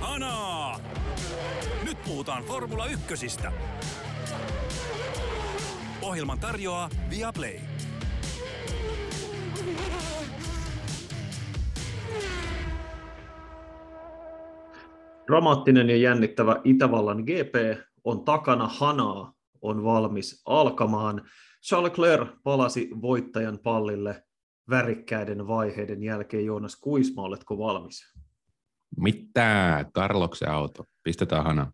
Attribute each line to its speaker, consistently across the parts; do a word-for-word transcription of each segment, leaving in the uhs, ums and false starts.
Speaker 1: Kanaa! Nyt puhutaan Formula Ykkösistä. Ohjelman tarjoaa Viaplay.
Speaker 2: Dramaattinen ja jännittävä Itävallan G P on takana, Hanaa on valmis alkamaan. Charles Leclerc palasi voittajan pallille värikkäiden vaiheiden jälkeen. Joonas Kuisma, oletko valmis?
Speaker 3: Mitä? Carloksen auto. Pistetään Hanaa.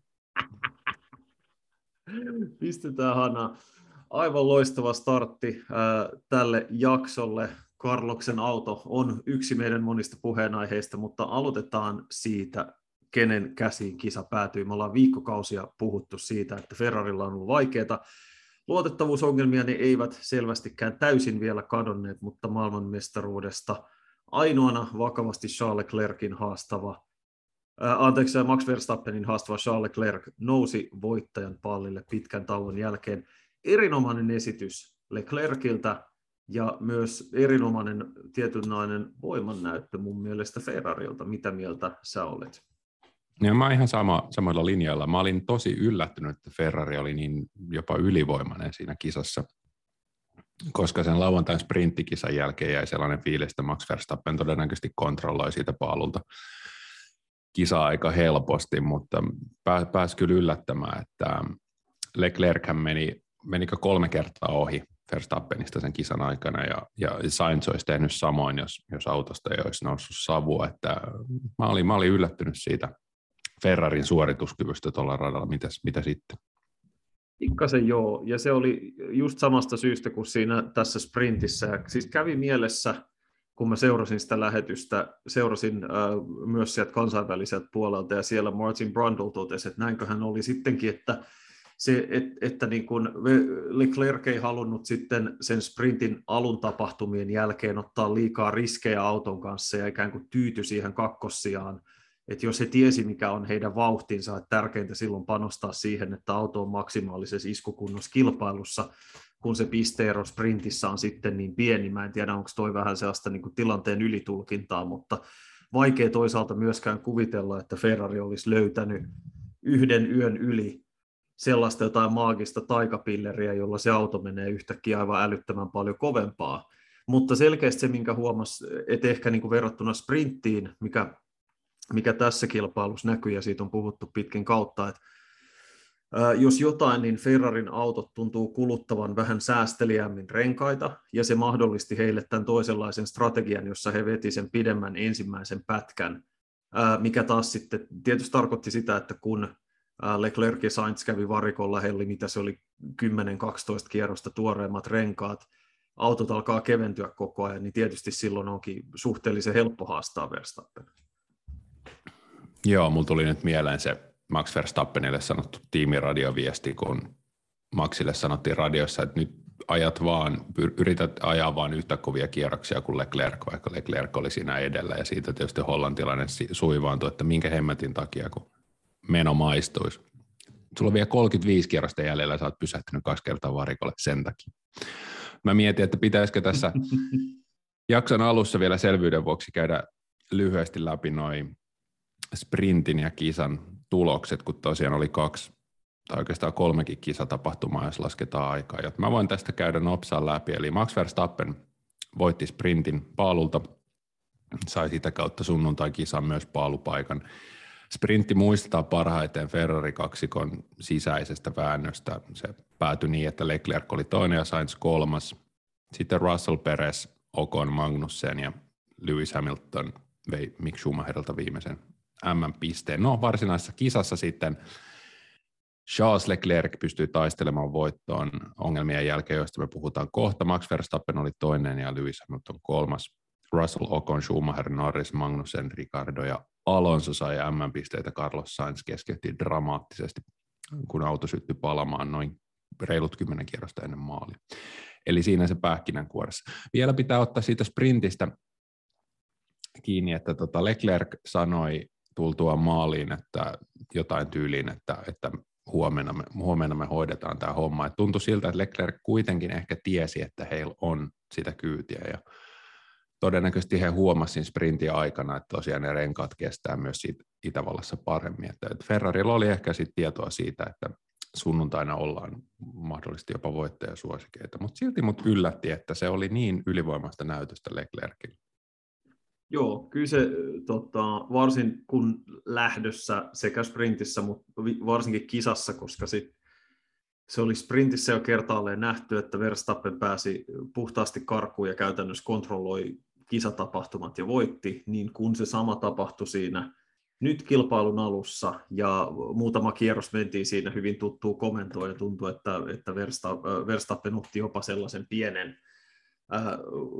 Speaker 2: Pistetään Hanaa. Aivan loistava startti äh, tälle jaksolle. Carloksen auto on yksi meidän monista puheenaiheista, mutta aloitetaan siitä, kenen käsiin kisa päätyy. Me ollaan viikkokausia puhuttu siitä, että Ferrarilla on ollut vaikeaa. Luotettavuusongelmia ne eivät selvästikään täysin vielä kadonneet, mutta maailmanmestaruudesta ainoana vakavasti Charles Leclercin haastava, ää, anteeksi, Max Verstappenin haastava Charles Leclerc nousi voittajan pallille pitkän tauon jälkeen. Erinomainen esitys Leclerciltä ja myös erinomainen tietynlainen voimannäyttö mun mielestä Ferrarilta. Mitä mieltä sä olet?
Speaker 3: Ja mä oon ihan sama, samalla linjalla. Mä olin tosi yllättynyt, että Ferrari oli niin jopa ylivoimainen siinä kisassa, koska sen lauantain sprinttikisan jälkeen jäi sellainen fiilis, että Max Verstappen todennäköisesti kontrolloi siitä paalulta kisaa aika helposti, mutta pääsi kyllä yllättämään, että Leclerc meni, menikö kolme kertaa ohi Verstappenista sen kisan aikana, ja, ja Sainz olisi tehnyt samoin, jos, jos autosta ei olisi noussut savua. Että mä, olin, mä olin yllättynyt siitä Ferrarin suorituskyvystä tuolla radalla. Mitäs, mitä sitten?
Speaker 2: Pikkasen joo, ja se oli just samasta syystä kuin siinä tässä sprintissä. Siis kävi mielessä, kun mä seurasin sitä lähetystä, seurasin äh, myös sieltä kansainväliseltä puolelta, ja siellä Martin Brundle totesi, että näinköhän oli sittenkin, että se, et, että niin kun Leclerc ei halunnut sitten sen sprintin alun tapahtumien jälkeen ottaa liikaa riskejä auton kanssa ja ikään kuin tyytyi siihen kakkossijaan. Että jos he tiesi, mikä on heidän vauhtinsa, että tärkeintä silloin panostaa siihen, että auto on maksimaalisessa iskukunnossa kilpailussa, kun se pisteero sprintissä on sitten niin pieni. Mä en tiedä, onko toi vähän sellaista niin kuin tilanteen ylitulkintaa, mutta vaikea toisaalta myöskään kuvitella, että Ferrari olisi löytänyt yhden yön yli sellaista jotain maagista taikapilleriä, jolla se auto menee yhtäkkiä aivan älyttömän paljon kovempaa. Mutta selkeästi se, minkä huomasi, että ehkä niin kuin verrattuna sprinttiin, mikä, mikä tässä kilpailussa näkyy, ja siitä on puhuttu pitkin kautta, että ää, jos jotain, niin Ferrarin autot tuntuu kuluttavan vähän säästeliämmin renkaita, ja se mahdollisti heille tämän toisenlaisen strategian, jossa he veti sen pidemmän ensimmäisen pätkän, ää, mikä taas sitten tietysti tarkoitti sitä, että kun Leclerc ja Sainz kävi varikolla, he oli, mitä se oli, kymmenen kaksitoista kierrosta tuoreimmat renkaat, autot alkaa keventyä koko ajan, niin tietysti silloin onkin suhteellisen helppo haastaa Verstappen.
Speaker 3: Joo, mulla tuli nyt mieleen se Max Verstappenille sanottu tiimiradioviesti, kun Maxille sanottiin radiossa, että nyt ajat vaan, yrität ajaa vaan yhtä kovia kierroksia kuin Leclerc, vaikka Leclerc oli siinä edellä, ja siitä tietysti hollantilainen suivaantui, että minkä hemmetin takia, kun meno maistuisi. Sulla on vielä kolmekymmentäviisi kierrosta jäljellä, ja sä oot pysähtynyt kaksi kertaa varikolle sen takia. Mä mietin, että pitäisikö tässä jakson alussa vielä selvyyden vuoksi käydä lyhyesti läpi noin sprintin ja kisan tulokset, kun tosiaan oli kaksi tai oikeastaan kolmekin kisatapahtumaa, jos lasketaan aikaa. Jotta mä voin tästä käydä nopsaan läpi. Eli Max Verstappen voitti sprintin paalulta, sai sitä kautta sunnuntai-kisan myös paalupaikan. Sprintti muistaa parhaiten Ferrari-kaksikon sisäisestä väännöstä. Se päätyi niin, että Leclerc oli toinen ja Sainz kolmas. Sitten Russell, Perez, Ocon, Magnussen ja Lewis Hamilton vei Mick Schumacherilta viimeisen M M-pisteen. No varsinaisessa kisassa sitten Charles Leclerc pystyi taistelemaan voittoon ongelmien jälkeen, joista me puhutaan kohta. Max Verstappen oli toinen ja Lewis Hamilton kolmas. Russell, Ocon, Schumacher, Norris, Magnussen, Ricardo ja Alonso sai M M-pisteitä. Carlos Sainz keskeytti dramaattisesti, kun auto syttyi palamaan noin reilut kymmenen kierrosta ennen maalia. Eli siinä se pähkinänkuoressa. Vielä pitää ottaa siitä sprintistä kiinni, että tota Leclerc sanoi tultua maaliin, että jotain tyyliin, että, että huomenna, me, huomenna me hoidetaan tämä homma. Et tuntui siltä, että Leclerc kuitenkin ehkä tiesi, että heillä on sitä kyytiä. Ja todennäköisesti he huomasivat sprintin aikana, että tosiaan ne renkaat kestää myös siitä Itävallassa paremmin. Että Ferrarilla oli ehkä sit tietoa siitä, että sunnuntaina ollaan mahdollisesti jopa voittajasuosikeita, mutta silti mut yllätti, että se oli niin ylivoimaista näytöstä Leclercille.
Speaker 2: Joo, kyllä se tota, varsin kun lähdössä sekä sprintissä, mutta varsinkin kisassa, koska sit se oli sprintissä jo kertaalleen nähty, että Verstappen pääsi puhtaasti karkuun ja käytännössä kontrolloi kisatapahtumat ja voitti, niin kun se sama tapahtui siinä nyt kilpailun alussa ja muutama kierros mentiin siinä hyvin tuttuun komentoon ja tuntui, että, että Verstappen otti jopa sellaisen pienen ää,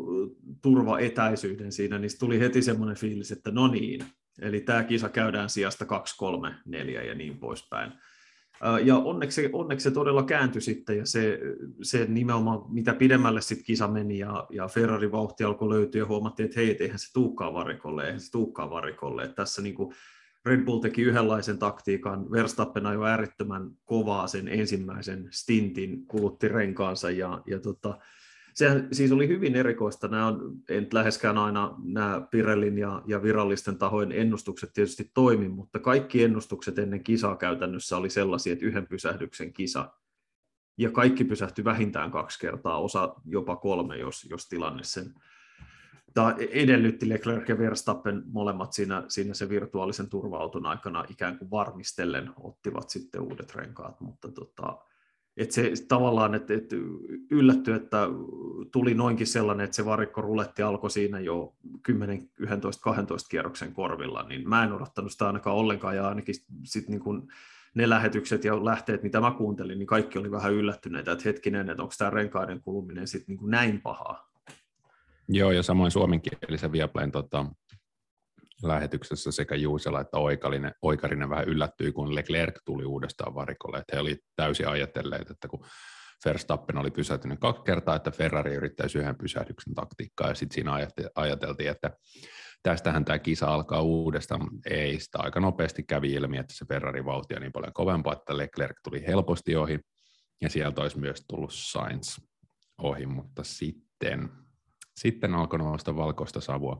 Speaker 2: turvaetäisyyden siinä, niin tuli heti semmoinen fiilis, että no niin, eli tämä kisa käydään sijasta kaksi, kolme, neljä ja niin poispäin. Ja onneksi, onneksi se todella kääntyi sitten, ja se, se nimenomaan, mitä pidemmälle sitten kisa meni, ja, ja Ferrarin vauhti alkoi löytyä, ja huomattiin, että hei, et eihän se tuukkaan varikolle, eihän se tuukkaan varikolle. Että tässä niin kuin Red Bull teki yhdenlaisen taktiikan, Verstappen ajoi äärettömän kovaa sen ensimmäisen stintin, kulutti renkaansa, ja, ja tota, sehän siis oli hyvin erikoista. Nämä on, en läheskään aina nämä Pirellin ja, ja virallisten tahojen ennustukset tietysti toimi, mutta kaikki ennustukset ennen kisaa käytännössä oli sellaisia, että yhden pysähdyksen kisa. Ja kaikki pysähtyi vähintään kaksi kertaa, osa jopa kolme, jos, jos tilanne sen tai edellytti. Leclerc ja Verstappen molemmat siinä, siinä se virtuaalisen turva-auton aikana ikään kuin varmistellen ottivat sitten uudet renkaat, mutta tota, että se tavallaan, että, että yllättyi, että tuli noinkin sellainen, että se varikkoruletti alkoi siinä jo kymmenen, yksitoista, kaksitoista kierroksen korvilla, niin mä en odottanut sitä ainakaan ollenkaan, ja ainakin sit niin kun ne lähetykset ja lähteet, mitä mä kuuntelin, niin kaikki oli vähän yllättyneitä, että hetkinen, että onko tämä renkaiden kuluminen sitten niin kuin näin pahaa.
Speaker 3: Joo, ja samoin suomenkielisen Viaplayn tota, lähetyksessä sekä Juusela että Oikarinen, Oikarinen vähän yllättyi, kun Leclerc tuli uudestaan varikolle. Että he olivat täysin ajatelleet, että kun Verstappen oli pysähtynyt kaksi kertaa, että Ferrari yrittäisi yhden pysähdyksen taktiikkaa, ja sitten siinä ajateltiin, että tästähän tämä kisa alkaa uudestaan, mutta ei, sitä aika nopeasti kävi ilmi, että se Ferrarin vauhti on niin paljon kovempaa, että Leclerc tuli helposti ohi, ja sieltä olisi myös tullut Sainz ohi, mutta sitten, sitten alkoi nousta valkoista savua.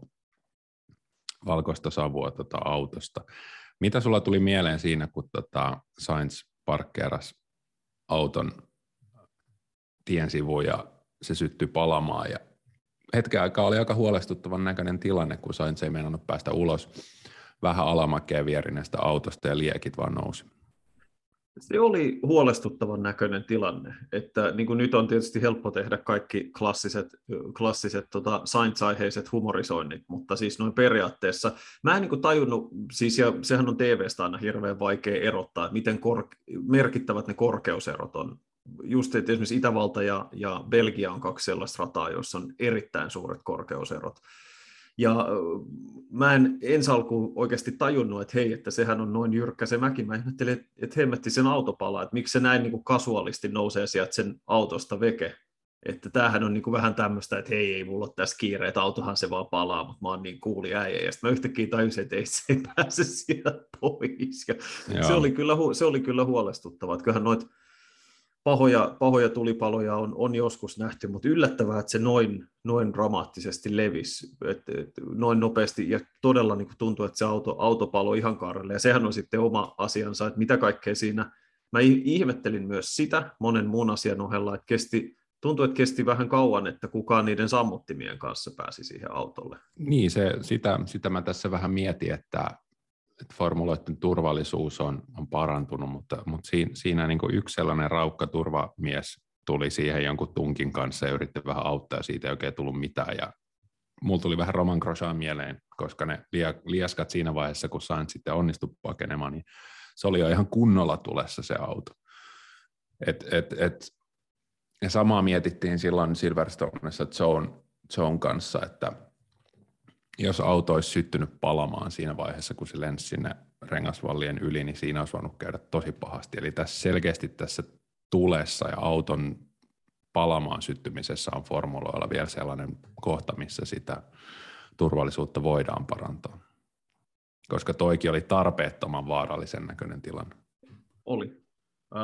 Speaker 3: valkoista savua tota autosta. Mitä sulla tuli mieleen siinä, kun tota Sainz parkkeerasi auton tien sivuun ja se syttyi palamaan, ja hetken aikaa oli aika huolestuttavan näköinen tilanne, kun Sainz ei meinannut päästä ulos vähän alamakeen vierineestä autosta ja liekit vaan nousi.
Speaker 2: Se oli huolestuttavan näköinen tilanne, että niin kuin nyt on tietysti helppo tehdä kaikki klassiset, klassiset tota, Sainz-aiheiset humorisoinnit, mutta siis noin periaatteessa, mä en niin kuin tajunnut, siis ja sehän on T V:stä aina hirveän vaikea erottaa, että miten kor- merkittävät ne korkeuserot on. Just, että esimerkiksi Itävalta ja, ja Belgia on kaksi sellaista rataa, joissa on erittäin suuret korkeuserot. Ja mä en ensi alkuun oikeasti tajunnut, että hei, että sehän on noin jyrkkä se mäki. Mä ihmettelin, että, että hemmetti sen autopalaa, että miksi se näin niin kuin kasuaalisti nousee sieltä sen autosta veke. Että tämähän on niin kuin vähän tämmöistä, että hei, ei mulla ole tässä kiire, että autohan se vaan palaa, mutta mä oon niin kuuli äijä. Ja sitten mä yhtäkkiä tajusin, että ei se ei pääse sieltä pois. Ja se oli, kyllä, se oli kyllä huolestuttavaa, että kyllähän noita Pahoja, pahoja tulipaloja on, on joskus nähty, mutta yllättävää, että se noin, noin dramaattisesti levisi, että, että noin nopeasti, ja todella niin kuin tuntuu, että se auto, auto paloi ihan kaarelle, ja sehän on sitten oma asiansa, että mitä kaikkea siinä. Mä ihmettelin myös sitä monen muun asian ohella, että kesti, tuntui, että kesti vähän kauan, että kukaan niiden sammuttimien kanssa pääsi siihen autolle.
Speaker 3: Niin, se, sitä, sitä mä tässä vähän mietin, että että formuloiden turvallisuus on, on parantunut, mutta, mutta siinä, siinä niin kuin yksi sellainen raukka turvamies tuli siihen jonkun tunkin kanssa ja yritti vähän auttaa, ja siitä ei oikein tullut mitään. Ja mulla tuli vähän Romain Grosjean mieleen, koska ne liaskat siinä vaiheessa, kun Sainz sitten onnistui pakenemaan, niin se oli jo ihan kunnolla tulessa se auto. Et, et, et, ja samaa mietittiin silloin Silverstoneissa Zone, Zone kanssa, että jos auto olisi syttynyt palamaan siinä vaiheessa, kun se lensi sinne rengasvallien yli, niin siinä olisi voinut käydä tosi pahasti. Eli tässä selkeästi tässä tulessa ja auton palamaan syttymisessä on formuloilla vielä sellainen kohta, missä sitä turvallisuutta voidaan parantaa. Koska toikin oli tarpeettoman vaarallisen näköinen tilanne.
Speaker 2: Oli. Äh,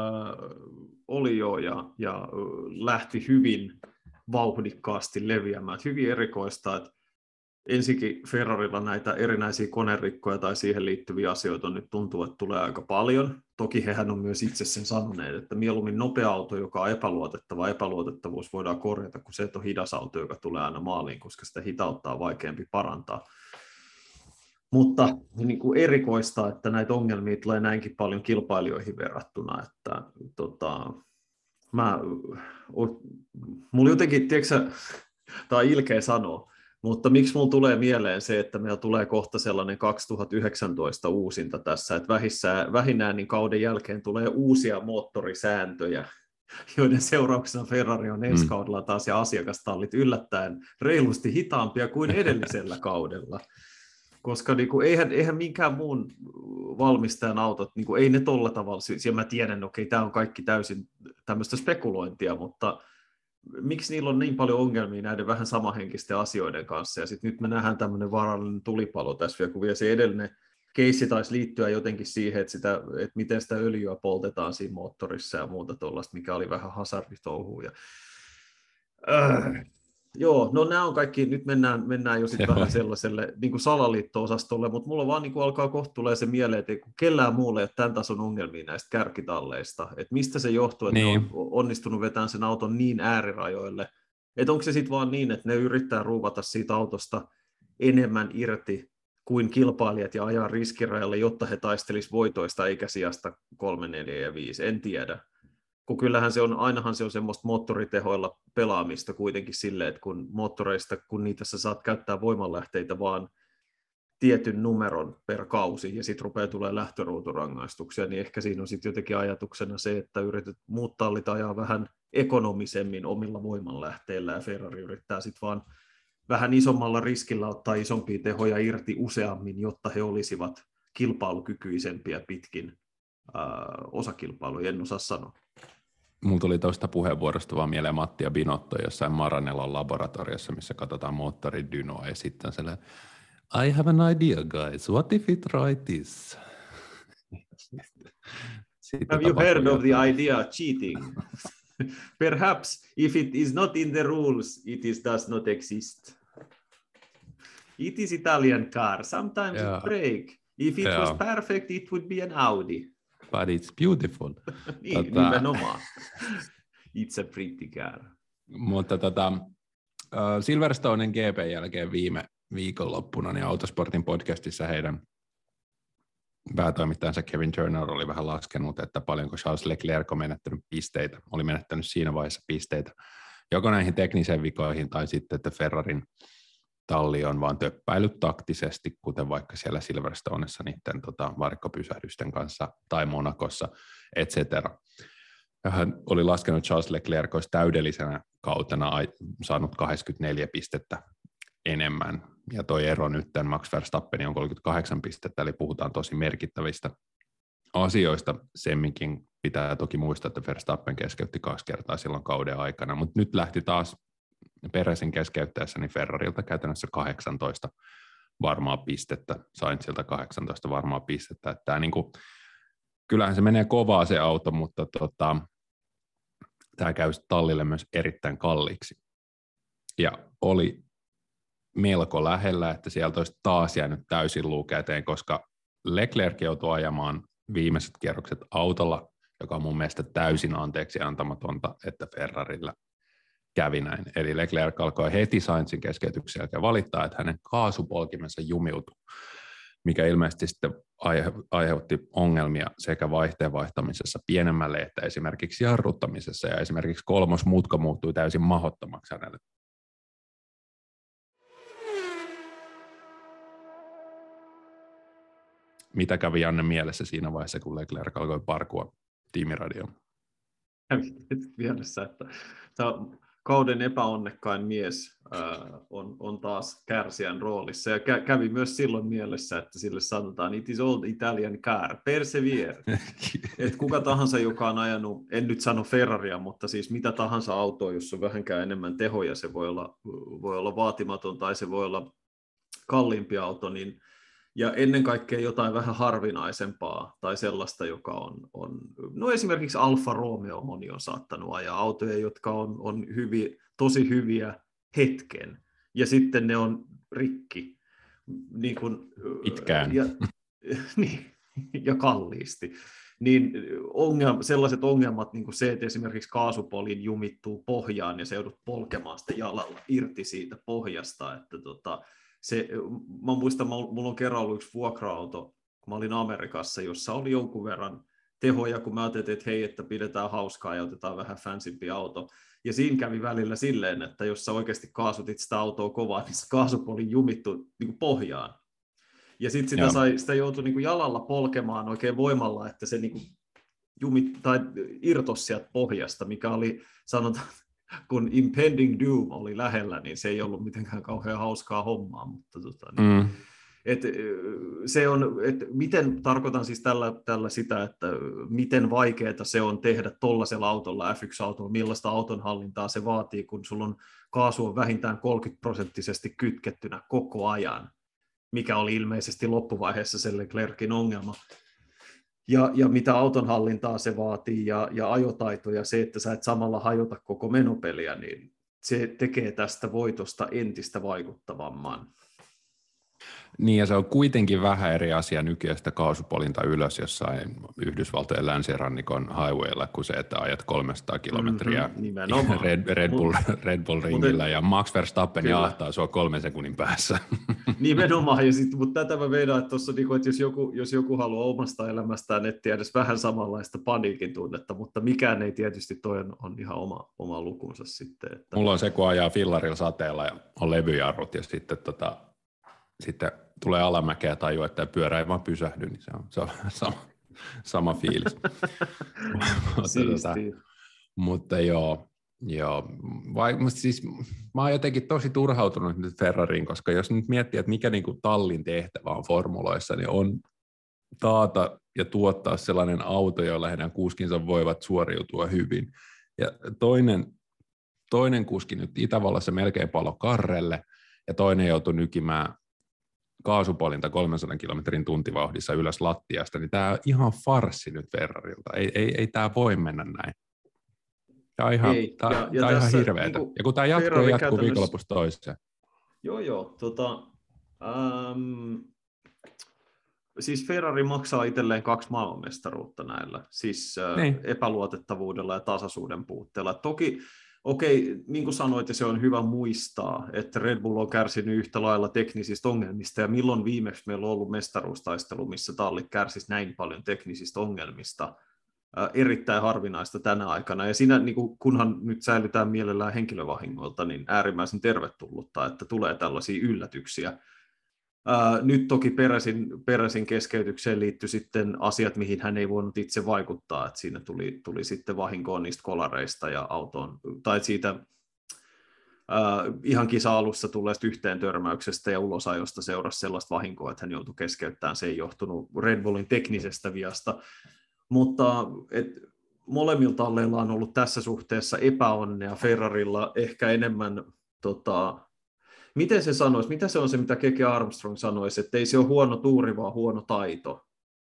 Speaker 2: oli jo ja, ja lähti hyvin vauhdikkaasti leviämään. Hyvin erikoista, että ensinnäkin Ferrarilla näitä erinäisiä konerikkoja tai siihen liittyviä asioita on nyt tuntuu, että tulee aika paljon. Toki hehän on myös itse sen sanoneet, että mieluummin nopea auto, joka on epäluotettava, epäluotettavuus voidaan korjata, kuin se, että on hidas auto, joka tulee aina maaliin, koska sitä hitautta on vaikeampi parantaa. Mutta niin kuin erikoista, että näitä ongelmia tulee näinkin paljon kilpailijoihin verrattuna, että tota, mä, mulla jotenkin, tiedätkö, tämä on ilkeä sanoa, mutta miksi mulla tulee mieleen se, että meillä tulee kohta sellainen kaksituhattayhdeksäntoista uusinta tässä, että vähissään, vähinään niin kauden jälkeen tulee uusia moottorisääntöjä, joiden seurauksena Ferrari on ensi kaudella taas ja asiakastallit yllättäen reilusti hitaampia kuin edellisellä kaudella. Koska niin kuin, eihän, eihän minkään muun valmistajan autot, niin kuin, ei ne tolla tavalla, ja mä tiedän, okei, tämä on kaikki täysin tämmöistä spekulointia, mutta miksi niillä on niin paljon ongelmia näiden vähän samanhenkisten asioiden kanssa, ja sitten nyt me nähdään tämmöinen vaarallinen tulipalo tässä vielä, kun vielä se edellinen keissi taisi liittyä jotenkin siihen, että, sitä, että miten sitä öljyä poltetaan siinä moottorissa ja muuta tuollaista, mikä oli vähän hasarditouhua. Äh. Joo, no nämä on kaikki, nyt mennään, mennään jo sitten vähän sellaiselle niin kuin salaliitto-osastolle, mutta mulla vaan niin kuin alkaa kohta tulee se mieleen, että kellään muulle ei ole tämän tason ongelmia näistä kärkitalleista, että mistä se johtuu, että niin. ne on onnistunut vetämään sen auton niin äärirajoille, että onko se sitten vaan niin, että ne yrittää ruuvata siitä autosta enemmän irti kuin kilpailijat ja ajaa riskirajalle, jotta he taistelisivat voitoista eikä sijasta kolme, neljä ja viisi, en tiedä. Kun kyllähän se on, ainahan se on semmoista moottoritehoilla pelaamista kuitenkin silleen, että kun moottoreista, kun niitä sä saat käyttää voimanlähteitä vaan tietyn numeron per kausi, ja sitten rupeaa tulemaan lähtöruuturangaistuksia, niin ehkä siinä on sitten jotenkin ajatuksena se, että yrität muut tallit ajaa vähän ekonomisemmin omilla voimanlähteillä, ja Ferrari yrittää sitten vaan vähän isommalla riskillä ottaa isompia tehoja irti useammin, jotta he olisivat kilpailukykyisempiä pitkin äh, osakilpailuja, en osaa sanoa.
Speaker 3: Mulla tuli tuosta puheenvuorosta vaan mieleen Matti ja Binotto jossain Maranellon laboratoriossa, missä katsotaan moottorin dynoa ja sitten sellainen, I have an idea, guys. What if it right is?
Speaker 2: Have you heard of the idea cheating? Perhaps if it is not in the rules, it is does not exist. It is Italian car. Sometimes yeah. it break. If it yeah. was perfect, it would be an Audi.
Speaker 3: But it's beautiful.
Speaker 2: niin, tota... nimenomaan. It's a pretty car.
Speaker 3: Mutta tota, uh, Silverstonen G P:n jälkeen viime viikonloppuna niin Autosportin podcastissa heidän päätoimittajansa Kevin Turner oli vähän laskenut, että paljonko Charles Leclerc on menettänyt pisteitä. Oli menettänyt siinä vaiheessa pisteitä joko näihin teknisiin vikoihin tai sitten, että Ferrarin talli on vaan töppäillyt taktisesti, kuten vaikka siellä Silverstoneissa niiden tota, varikkopysähdysten kanssa tai Monacossa, et cetera. Hän oli laskenut, Charles Leclerc olisi täydellisenä kautena saanut kaksikymmentäneljä pistettä enemmän, ja toi ero nyt Max Verstappen on kolmekymmentäkahdeksan pistettä, eli puhutaan tosi merkittävistä asioista. Semminkin pitää toki muistaa, että Verstappen keskeytti kaksi kertaa silloin kauden aikana, mutta nyt lähti taas Peresin keskeyttäessä niin Ferrarilta käytännössä kahdeksantoista varmaa pistettä, Sainzilta kahdeksantoista varmaa pistettä. Että tämä niin kuin, kyllähän se menee kovaa se auto, mutta tota, tämä käy tallille myös erittäin kalliiksi. Ja oli melko lähellä, että sieltä olisi taas jäänyt täysin luukäteen, koska Leclerc joutui ajamaan viimeiset kierrokset autolla, joka on mun mielestä täysin anteeksi antamatonta, että Ferrarilla kävi näin. Eli Leclerc alkoi heti Sainzin keskeytyksen jälkeen valittaa, että hänen kaasupolkimensa jumiutui, mikä ilmeisesti sitten aiheutti ongelmia sekä vaihteen vaihtamisessa pienemmälle, että esimerkiksi jarruttamisessa, ja esimerkiksi kolmosmutka muuttui täysin mahdottomaksi hänelle. Mitä kävi Janne mielessä siinä vaiheessa, kun Leclerc alkoi parkua tiimiradioon?
Speaker 2: Kävi mielessä, että tämä kauden epäonnekkain mies äh, on, on taas kärsijän roolissa, ja kä- kävi myös silloin mielessä, että sille sanotaan, it is old Italian car, persevere. Että kuka tahansa, joka on ajanut, en nyt sano Ferraria, mutta siis mitä tahansa autoa, jos on vähänkään enemmän tehoja, se voi olla, voi olla vaatimaton tai se voi olla kalliimpi auto, niin ja ennen kaikkea jotain vähän harvinaisempaa tai sellaista, joka on, on no esimerkiksi Alfa Romeo moni on saattanut ajaa autoja, jotka on, on hyviä, tosi hyviä hetken. Ja sitten ne on rikki. Niin kuin,
Speaker 3: Pitkään.
Speaker 2: Ja, niin, ja kalliisti. Niin ongelma, sellaiset ongelmat, niin kuin se, että esimerkiksi kaasupolin jumittuu pohjaan ja se joudut polkemaan sitä jalalla irti siitä pohjasta. Että tota, se, mä muistan, mulla on kerran ollut yksi vuokra-auto, kun mä olin Amerikassa, jossa oli jonkun verran tehoja, kun mä ajattelin, että hei, että pidetään hauskaa ja otetaan vähän fansimpi auto. Ja siinä kävi välillä silleen, että jos sä oikeasti kaasutit sitä autoa kovaa, niin se kaasupoli jumittu niin kuin pohjaan. Ja sitten sitä, sai, sitä joutui niin kuin jalalla polkemaan oikein voimalla, että se niin kuin jumit, tai irtosi sieltä pohjasta, mikä oli, sanotaan, kun impending doom oli lähellä, niin se ei ollut mitenkään kauhean hauskaa hommaa. Mutta tota, niin, mm. et, se on, et miten, tarkoitan siis tällä, tällä sitä, että miten vaikeaa se on tehdä tollaisella autolla, F yksi -autolla, millaista autonhallintaa se vaatii, kun sulla on kaasu on vähintään kolmekymmentä prosenttisesti kytkettynä koko ajan, mikä oli ilmeisesti loppuvaiheessa se Leclercin ongelma. Ja, ja mitä autonhallintaa se vaatii ja, ja ajotaito ja se, että sä et samalla hajota koko menopeliä, niin se tekee tästä voitosta entistä vaikuttavamman.
Speaker 3: Niin, ja se on kuitenkin vähän eri asia nykyistä kaasupolinta ylös jossain Yhdysvaltojen länsirannikon highwaylla kuin se, että ajat kolmesataa kilometriä mm-hmm, Red, Red, Bull, Red Bull ringillä ja Max Verstappen jahtaa sua kolmen sekunnin päässä.
Speaker 2: Nimenomaan, ja sit, mutta tätä mä vedän, että, tossa, että jos, joku, jos joku haluaa omasta elämästään etsiä edes vähän samanlaista paniikin tunnetta, mutta mikään ei tietysti, toi on, on ihan oma, oma lukunsa sitten. Että...
Speaker 3: Mulla on se, kun ajaa fillarilla sateella ja on levyjarrut ja sitten tota, sitten tulee alamäkeä ja tajuu, että pyörä ei vaan pysähdy, niin se on, se on sama, sama fiilis. mutta, mutta joo, joo. Vai, siis, mä oon jotenkin tosi turhautunut nyt Ferrariin, koska jos nyt miettii, että mikä niin kuin tallin tehtävä on formuloissa, niin on taata ja tuottaa sellainen auto, jolla heidän kuskinsa voivat suoriutua hyvin. Ja toinen, toinen kuski nyt Itävallassa melkein palo karrelle, ja toinen joutui nykimään kaasupolinta kolmensadan kilometrin tuntivauhdissa ylös lattiasta, niin tämä on ihan farssi nyt Ferrarilta. Ei, ei, ei tämä voi mennä näin. Tämä on ihan, ei, tämä, ja, tämä ja ihan hirveätä. Niin ja kun tämä jatkuu ja jatkuu käytännössä... viikonlopusta toiseen.
Speaker 2: Joo, joo. Tota, ähm, siis Ferrari maksaa itselleen kaksi maailmanmestaruutta näillä, siis äh, niin. epäluotettavuudella ja tasaisuuden puutteella. Toki okei, niin kuin sanoit, se on hyvä muistaa, että Red Bull on kärsinyt yhtä lailla teknisistä ongelmista, ja milloin viimeksi meillä on ollut mestaruustaistelu, missä tallit kärsisi näin paljon teknisistä ongelmista, äh, erittäin harvinaista tänä aikana, ja siinä, niin kuin, kunhan nyt säilytään mielellään henkilövahingoilta, niin äärimmäisen tervetullutta, että tulee tällaisia yllätyksiä. Uh, nyt toki Peresin, Peresin keskeytykseen liittyi sitten asiat, mihin hän ei voinut itse vaikuttaa, että siinä tuli, tuli sitten vahinkoa niistä kolareista ja autoon, tai siitä uh, ihan kisa-alussa tulleesta yhteen törmäyksestä ja ulosajosta seurasi sellaista vahinkoa, että hän joutui keskeyttämään, se ei johtunut Red Bullin teknisestä viasta, mutta et, molemmilla talleilla on ollut tässä suhteessa epäonnea, Ferrarilla ehkä enemmän tota, miten se sanoisi, mitä se on se, mitä Keke Armstrong sanoisi, että ei se ole huono tuuri, vaan huono taito,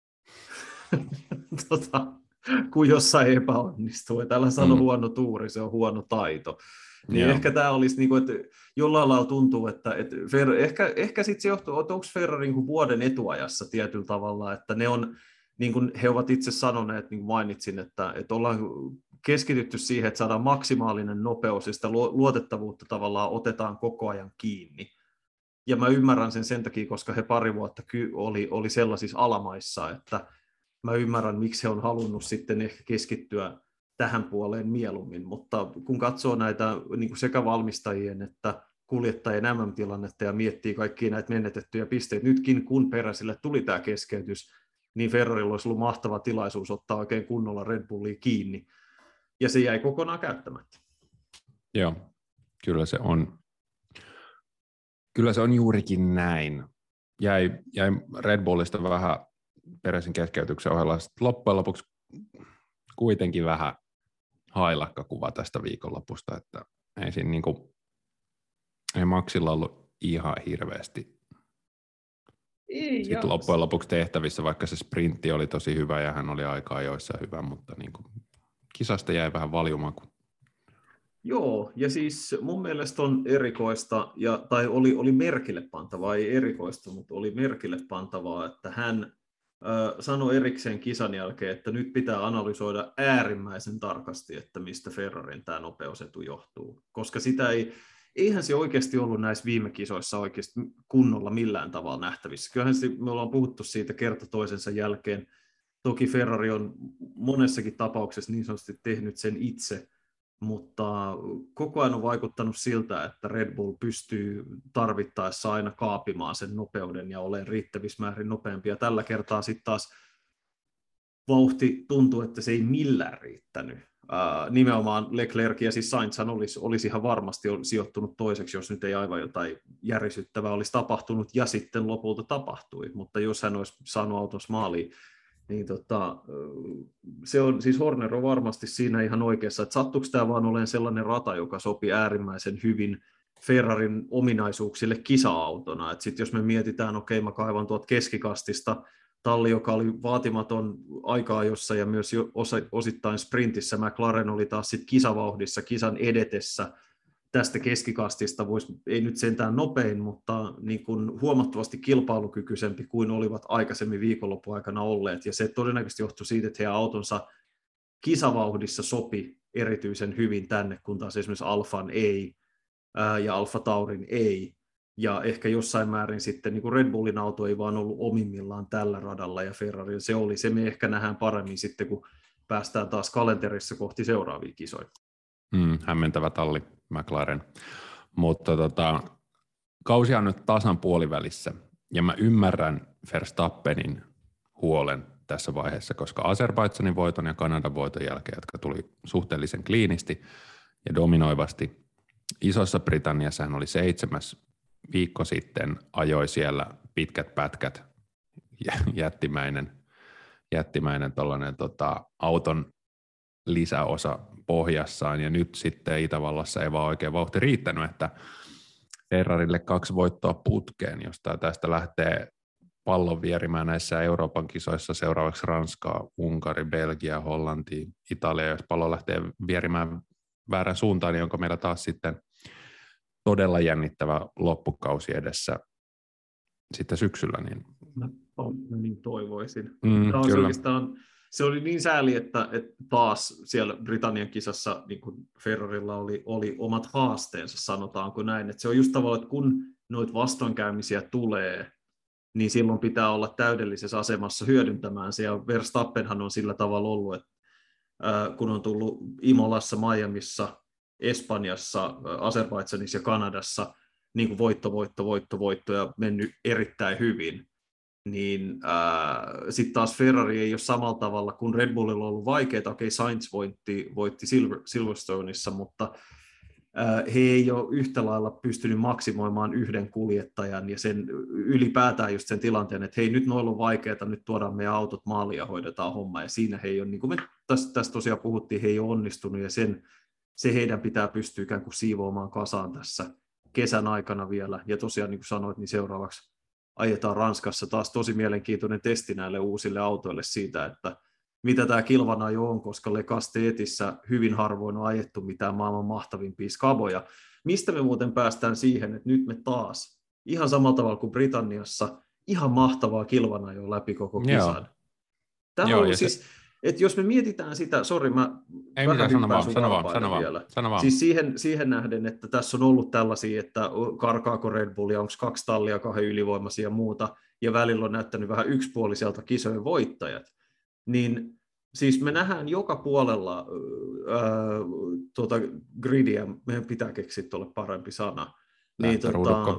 Speaker 2: tota, kun jossain epäonnistuu, että älä sano mm. huono tuuri, se on huono taito. Niin yeah. Ehkä tämä olisi, niin kuin, että jollain lailla tuntuu, että, että Fer, ehkä, ehkä sitten se johtuu, että onko Ferrari niin vuoden etuajassa tietyllä tavalla, että ne on, niin kuin he ovat itse sanoneet, niin kuin mainitsin, että, että ollaan keskitytty siihen, että saadaan maksimaalinen nopeus ja sitä luotettavuutta tavallaan otetaan koko ajan kiinni. Ja mä ymmärrän sen sen takia, koska he pari vuotta oli, oli sellaisissa alamaissa, että mä ymmärrän, miksi he on halunnut sitten ehkä keskittyä tähän puoleen mieluummin. Mutta kun katsoo näitä niin kuin sekä valmistajien että kuljettajien M M-tilannetta ja miettii kaikkia näitä menetettyjä pisteitä, nytkin kun Peräsille tuli tämä keskeytys, niin Ferrarilla olisi ollut mahtava tilaisuus ottaa oikein kunnolla Red Bullia kiinni. Ja se jäi kokonaan käyttämättä.
Speaker 3: Joo, kyllä se on. Kyllä se on juurikin näin. Jäi, jäi Red Bullista vähän Peresin keskeytyksen ohella. Sitten loppujen lopuksi kuitenkin vähän hailakka kuva tästä viikonlopusta, että ei siinä niin kuin, ei Maxilla ollut ihan hirveästi ei, sitten loppujen lopuksi tehtävissä, vaikka se sprintti oli tosi hyvä ja hän oli aika ajoissa hyvä, mutta niin kuin kisasta jäi vähän valjumaku.
Speaker 2: Joo, ja siis mun mielestä on erikoista, ja, tai oli, oli merkille pantavaa, ei erikoista, mutta oli merkille pantavaa, että hän äh, sanoi erikseen kisan jälkeen, että nyt pitää analysoida äärimmäisen tarkasti, että mistä Ferrarin tämä nopeusetu johtuu, koska sitä ei, eihän se oikeasti ollut näissä viime kisoissa oikeasti kunnolla millään tavalla nähtävissä. Kyllähän se, me ollaan puhuttu siitä kerta toisensa jälkeen, toki Ferrari on monessakin tapauksessa niin sanotusti tehnyt sen itse, mutta koko ajan on vaikuttanut siltä, että Red Bull pystyy tarvittaessa aina kaapimaan sen nopeuden ja olemaan riittävissä määrin nopeampi. Ja tällä kertaa sitten taas vauhti tuntuu, että se ei millään riittänyt. Ää, nimenomaan Leclerc ja siis Sainzhan olisi, olisi ihan varmasti sijoittunut toiseksi, jos nyt ei aivan jotain järisyttävää olisi tapahtunut, ja sitten lopulta tapahtui. Mutta jos hän olisi saanut autossa maaliin, niin tota, se on, siis Horner on varmasti siinä ihan oikeassa, että sattuiko tämä vaan olemaan sellainen rata, joka sopii äärimmäisen hyvin Ferrarin ominaisuuksille kisa-autona, että sitten jos me mietitään, okei, mä kaivan tuolta keskikastista talli, joka oli vaatimaton aikaa jossa ja myös jo osa, osittain sprintissä, McLaren oli taas sitten kisavauhdissa, kisan edetessä, tästä keskikastista voisi, ei nyt sentään nopein, mutta niin kuin huomattavasti kilpailukykyisempi kuin olivat aikaisemmin viikonlopun aikana olleet. Ja se todennäköisesti johtui siitä, että heidän autonsa kisavauhdissa sopi erityisen hyvin tänne, kun taas esimerkiksi Alfan ei ää, ja Alfa Taurin ei. Ja ehkä jossain määrin sitten niin kuin Red Bullin auto ei vaan ollut omimmillaan tällä radalla ja Ferrari se oli. Se me ehkä nähdään paremmin sitten, kun päästään taas kalenterissa kohti seuraavia kisoja.
Speaker 3: Mm, hämmentävä talli McLaren, mutta tota, kausi on nyt tasan puolivälissä, ja mä ymmärrän Verstappenin huolen tässä vaiheessa, koska Azerbaidžanin voiton ja Kanadan voiton jälkeen, jotka tuli suhteellisen kliinisti ja dominoivasti, Isossa Britanniassa hän oli seitsemäs viikko sitten, ajoi siellä pitkät pätkät, jättimäinen, jättimäinen tollainen, tota, auton lisäosa pohjassaan, ja nyt sitten Itävallassa ei vaan oikein vauhti riittänyt, että Ferrarille kaksi voittoa putkeen, josta tästä lähtee pallon vierimään näissä Euroopan kisoissa seuraavaksi Ranskaa, Unkari, Belgia, Hollanti, Italia, jos pallo lähtee vierimään väärän suuntaan, niin onko meillä taas sitten todella jännittävä loppukausi edessä sitten syksyllä. Niin...
Speaker 2: Mä, mä niin toivoisin.
Speaker 3: Mm,
Speaker 2: Tämä on
Speaker 3: kyllä.
Speaker 2: oikeastaan se oli niin sääli, että, että taas siellä Britannian kisassa niin kuin Ferrarilla oli, oli omat haasteensa, sanotaanko näin. Että se on just tavallaan, että kun noita vastoinkäymisiä tulee, niin silloin pitää olla täydellisessä asemassa hyödyntämään se. Ja Verstappenhan on sillä tavalla ollut, että äh, kun on tullut Imolassa, Miamissa, Espanjassa, Azerbaidžanissa ja Kanadassa niin kuin voitto, voitto, voitto, voitto ja mennyt erittäin hyvin, niin sitten taas Ferrari ei ole samalla tavalla, kun Red Bullilla on ollut vaikeaa. Okei, Sainz voitti, voitti Silver, Silverstoneissa, mutta ää, he ei ole yhtä lailla pystynyt maksimoimaan yhden kuljettajan ja sen ylipäätään just sen tilanteen, että hei, nyt noilla on vaikeaa, nyt tuodaan meidän autot maaliin ja hoidetaan homma, ja siinä he ei ole, niin kuin me tästä, tästä tosiaan puhuttiin, he ei ole onnistunut, ja sen, se heidän pitää pystyä ikään kuin siivoamaan kasaan tässä kesän aikana vielä, ja tosiaan niin kuin sanoit, niin seuraavaksi ajetaan Ranskassa taas tosi mielenkiintoinen testi näille uusille autoille siitä, että mitä tämä kilvanajo on, koska Le Castelletissä hyvin harvoin on ajettu mitään maailman mahtavimpia skaboja. Mistä me muuten päästään siihen, että nyt me taas, ihan samalla tavalla kuin Britanniassa, ihan mahtavaa kilvanajoa läpi koko kisan. Tämä
Speaker 3: Joo,
Speaker 2: on siis,
Speaker 3: se...
Speaker 2: että jos me mietitään sitä, sori mä
Speaker 3: Ei mitään, sano vaan, sano vaan, sano vaan, sano vaan.
Speaker 2: Siis siihen, siihen nähden, että tässä on ollut tällaisia, että karkaako Red Bull ja onko kaksi tallia kahden ylivoimaisia ja muuta, ja välillä on näyttänyt vähän yksipuoliselta kisojen voittajat, niin siis me nähdään joka puolella ää, tuota gridia, meidän pitää keksiä tuolle parempi sana, niin, tuota,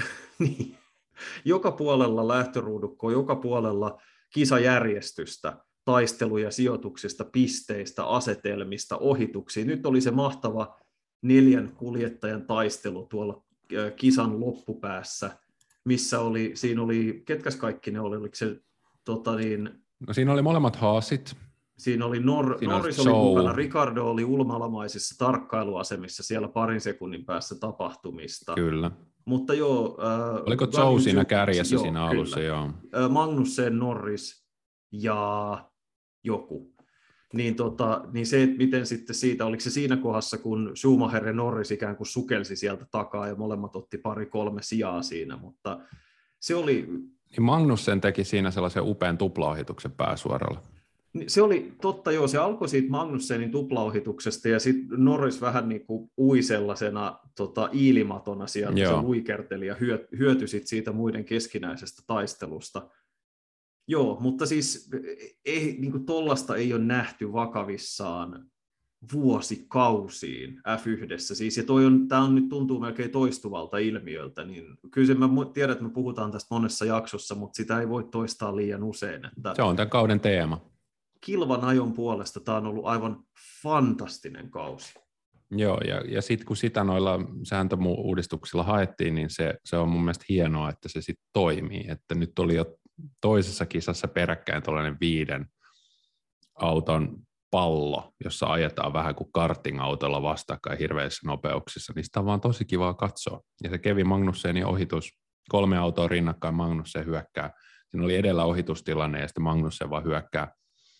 Speaker 2: niin, joka puolella lähtöruudukko, joka puolella kisajärjestystä, taisteluja sijoituksista, pisteistä, asetelmista, ohituksiin. Nyt oli se mahtava neljän kuljettajan taistelu tuolla kisan loppupäässä, missä oli, siinä oli, ketkäs kaikki ne oli, oliko se tota niin...
Speaker 3: No siinä oli molemmat haasit.
Speaker 2: Siinä oli Nor- siinä Norris oli mukana, Ricardo oli ulmalamaisissa tarkkailuasemissa siellä parin sekunnin päässä tapahtumista.
Speaker 3: Kyllä.
Speaker 2: Mutta joo... Äh,
Speaker 3: Oliko Zhou siinä kärjessä joo, siinä alussa? Joo.
Speaker 2: Magnussen, Norris ja joku. Niin, tota, niin se, että miten sitten siitä, oliko se siinä kohdassa, kun Schumacher ja Norris ikään kuin sukelsi sieltä takaa ja molemmat otti pari-kolme sijaa siinä, mutta se oli...
Speaker 3: Niin Magnussen teki siinä sellaisen upean tuplaohituksen pääsuoralla.
Speaker 2: Se oli totta, joo, se alkoi siitä Magnussenin tuplaohituksesta ja sitten Norris vähän niin kuin ui sellaisena tota, iilimatona sieltä, joo. Se luikerteli ja hyötyi sit siitä muiden keskinäisestä taistelusta. Joo, mutta siis ei, niin kuin tollasta ei ole nähty vakavissaan vuosikausiin F yhdessä. Siis, ja toi on, tämä on nyt tuntuu melkein toistuvalta ilmiöltä, niin kyllä se mä tiedän, että me puhutaan tästä monessa jaksossa, mutta sitä ei voi toistaa liian usein. Että
Speaker 3: se on tämän kauden teema.
Speaker 2: Kilvan ajon puolesta tämä on ollut aivan fantastinen kausi.
Speaker 3: Joo, ja, ja sitten kun sitä noilla sääntöuudistuksilla haettiin, niin se, se on mun mielestä hienoa, että se sitten toimii. Että nyt oli jo toisessa kisassa peräkkäin tällainen viiden auton pallo, jossa ajetaan vähän kuin karting-autolla vastakkain hirveissä nopeuksissa, niin sitä on vaan tosi kivaa katsoa. Ja se Kevin Magnussenin ohitus, kolme autoa rinnakkain, Magnussen hyökkää. Siinä oli edellä ohitustilanne ja sitten Magnussen vaan hyökkää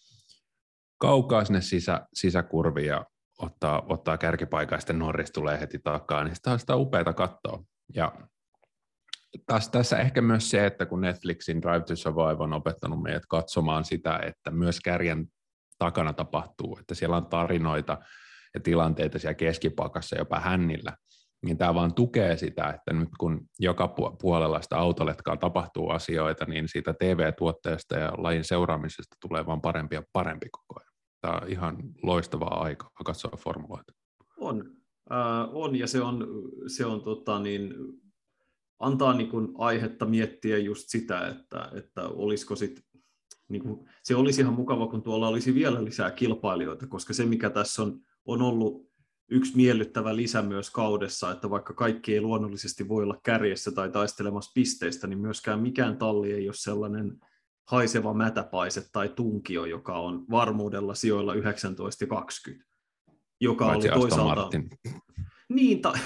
Speaker 3: kaukaa sinne sisä, sisäkurviin ja ottaa, ottaa kärkipaikan ja sitten Norris tulee heti takaa, niin sitä on sitä upeata katsoa. Ja taas tässä ehkä myös se, että kun Netflixin Drive to Survive on opettanut meidät katsomaan sitä, että myös kärjen takana tapahtuu, että siellä on tarinoita ja tilanteita siellä keskipakassa jopa hännillä, niin tämä vaan tukee sitä, että nyt kun joka puolella sitä autoletkaa tapahtuu asioita, niin siitä T V-tuotteesta ja lajin seuraamisesta tulee vaan parempi ja parempi koko ajan. Tämä on ihan loistavaa aikaa katsoa formuloita.
Speaker 2: On, äh, on ja se on, se on tota niin, antaa niin kuin aihetta miettiä just sitä, että, että olisiko sit, niin kuin, se olisi ihan mukava, kun tuolla olisi vielä lisää kilpailijoita, koska se mikä tässä on, on ollut yksi miellyttävä lisä myös kaudessa, että vaikka kaikki ei luonnollisesti voi olla kärjessä tai taistelemassa pisteistä, niin myöskään mikään talli ei ole sellainen haiseva mätäpaise tai tunkio, joka on varmuudella sijoilla yhdeksäntoista ja kaksikymmentä, joka
Speaker 3: Paitsi
Speaker 2: oli toisaalta... Niin, ta...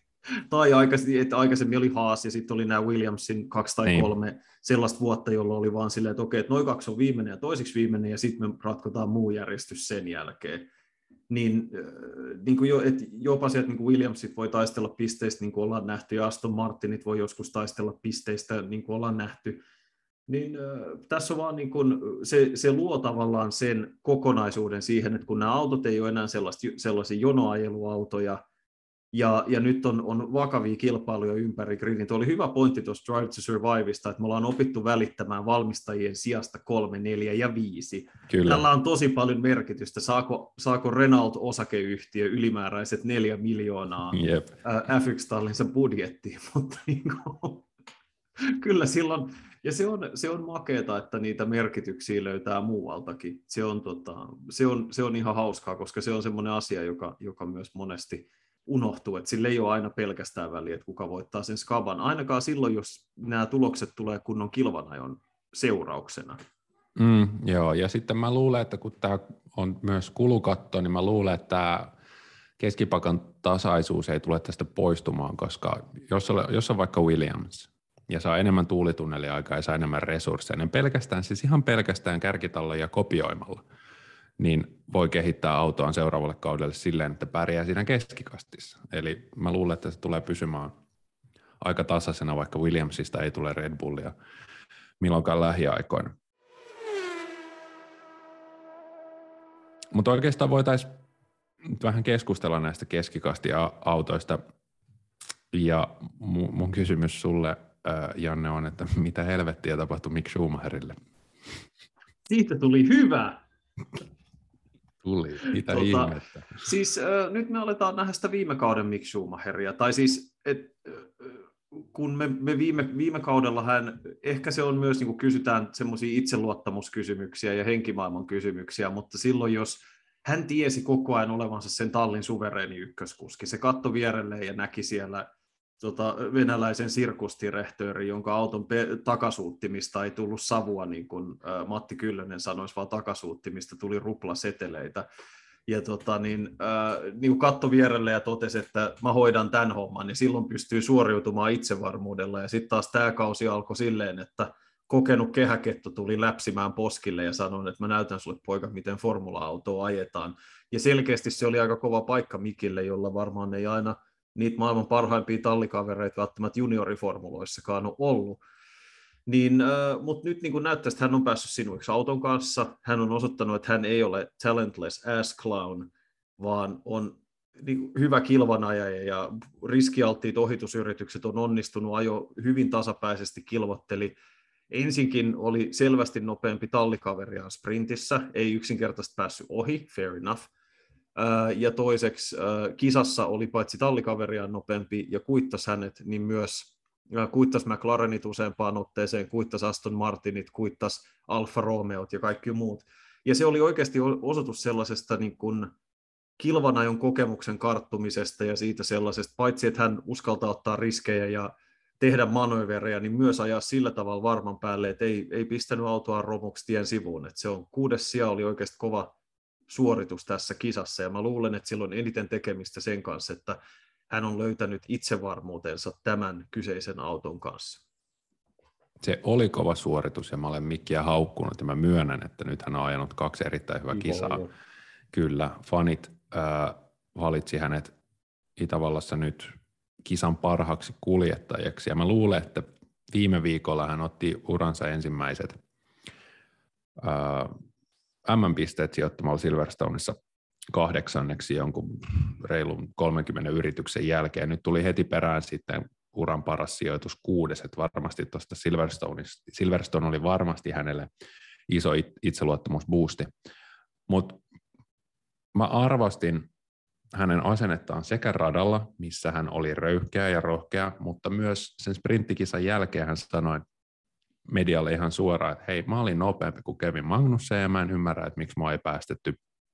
Speaker 2: tai aikaisemmin, että aikaisemmin oli Haas ja sitten oli nämä Williamsin kaksi tai niin. kolme sellaista vuotta, jolloin oli vaan silleen, että okei, että noin kaksi on viimeinen ja toiseksi viimeinen ja sitten me ratkotaan muu järjestys sen jälkeen. Niin, niin kuin jo, että jopa sieltä niin kuin Williamsit voi taistella pisteistä, niin kuin ollaan nähty, ja Aston Martinit voi joskus taistella pisteistä, niin kuin ollaan nähty. Niin äh, tässä on vaan niin kuin, se, se luo tavallaan sen kokonaisuuden siihen, että kun nämä autot ei ole enää sellaisia jonoajeluautoja, ja, ja nyt on, on vakavia kilpailuja ympäri gridin. Tuo oli hyvä pointti tuossa Drive to Surviveista, että me ollaan opittu välittämään valmistajien sijasta kolme, neljä ja viisi. Kyllä. Tällä on tosi paljon merkitystä. Saako, saako Renault-osakeyhtiö ylimääräiset neljä miljoonaa yep. F yksi -tallinsa budjettiin, mutta niin kuin, kyllä silloin, ja se on, se on makeeta, että niitä merkityksiä löytää muualtakin. Se on, tota, se on, se on ihan hauskaa, koska se on semmoinen asia, joka, joka myös monesti unohtuu, että sillä ei ole aina pelkästään väliä, että kuka voittaa sen skaban. Ainakaan silloin, jos nämä tulokset tulee kunnon kilvanajon seurauksena.
Speaker 3: Mm, joo, ja sitten mä luulen, että kun tämä on myös kulukatto, niin mä luulen, että tämä keskipakan tasaisuus ei tule tästä poistumaan, koska jos on, jos on vaikka Williams ja saa enemmän tuulitunnelia aikaa ja saa enemmän resursseja, niin pelkästään, siis ihan pelkästään kärkitalleja kopioimalla, niin voi kehittää autoaan seuraavalle kaudelle silleen, että pärjää siinä keskikastissa. Eli mä luulen, että se tulee pysymään aika tasaisena, vaikka Williamsista ei tule Red Bullia milloinkaan lähiaikoina. Mutta oikeastaan voitaisiin vähän keskustella näistä keskikastiautoista. Ja mun kysymys sulle, Janne, on, että mitä helvettiä tapahtui Mick Schumacherille?
Speaker 2: Siitä tuli hyvä.
Speaker 3: Tuli, mitä tota, ihmettä.
Speaker 2: Siis äh, nyt me aletaan nähdä sitä viime kauden Mick Schumacheria, tai siis, et, äh, kun me, me viime, viime kaudella hän, ehkä se on myös, niin kuin kysytään semmoisia itseluottamuskysymyksiä ja henkimaailman kysymyksiä, mutta silloin jos hän tiesi koko ajan olevansa sen tallin suvereeni ykköskuski, se katsoi vierelleen ja näki siellä tota, venäläisen sirkustirehtöörin, jonka auton pe- takasuuttimista ei tullut savua, niin kuin äh, Matti Kyllönen sanoisi, vaan takasuuttimista tuli ruplaseteleitä. Ja tota, niin, äh, niin katsoi vierelle ja totesi, että mä hoidan tämän homman, niin silloin pystyy suoriutumaan itsevarmuudella. Ja sitten taas tämä kausi alkoi silleen, että kokenut kehäketto tuli läpsimään poskille ja sanoi, että mä näytän sulle poika, miten formula-autoa ajetaan. Ja selkeästi se oli aika kova paikka Mikille, jolla varmaan ei aina niitä maailman parhaimpia tallikavereita välttämättä junioriformuloissakaan ole ollut. Niin, äh, mutta nyt niin kuin näyttäisi, että hän on päässyt sinuiksi auton kanssa. Hän on osoittanut, että hän ei ole talentless ass clown, vaan on niin hyvä kilvanajaja ja riskialttiit ohitusyritykset on onnistunut, ajo hyvin tasapäisesti, kilvotteli. Ensinkin oli selvästi nopeampi tallikaveriaan sprintissä, ei yksinkertaisesti päässyt ohi, fair enough. Ja toiseksi kisassa oli paitsi tallikaveriaan nopeampi ja kuittasi hänet, niin myös kuittasi McLarenit useampaan otteeseen, kuittasi Aston Martinit, kuittasi Alfa Romeot ja kaikki muut. Ja se oli oikeasti osoitus sellaisesta niin kuin kilvanajon kokemuksen karttumisesta ja siitä sellaisesta, paitsi että hän uskaltaa ottaa riskejä ja tehdä manööverejä, niin myös ajaa sillä tavalla varman päälle, että ei, ei pistänyt autoa romuksi tien sivuun. Että se on kuudes sija oli oikeasti kova suoritus tässä kisassa, ja mä luulen, että sillä on eniten tekemistä sen kanssa, että hän on löytänyt itsevarmuutensa tämän kyseisen auton kanssa.
Speaker 3: Se oli kova suoritus, ja mä olen Mikkiä haukkunut, ja mä myönnän, että nyt hän on ajanut kaksi erittäin hyvää kisaa. Joo. Kyllä, fanit äh, valitsi hänet Itävallassa nyt kisan parhaaksi kuljettajaksi, ja mä luulen, että viime viikolla hän otti uransa ensimmäiset äh, M M-pisteet sijoittamalla Silverstoneissa kahdeksanneksi jonkun reilun kolmenkymmenen yrityksen jälkeen. Nyt tuli heti perään sitten uran paras sijoitus kuudes, että varmasti tuosta Silverstoneista, Silverstone oli varmasti hänelle iso itseluottamusboosti, mutta mä arvostin hänen asennettaan sekä radalla, missä hän oli röyhkeä ja rohkea, mutta myös sen sprinttikisan jälkeen hän sanoi medialle ihan suoraan, että hei, mä olin nopeampi kuin Kevin Magnussen ja mä en ymmärrä, että miksi mä ei päästetty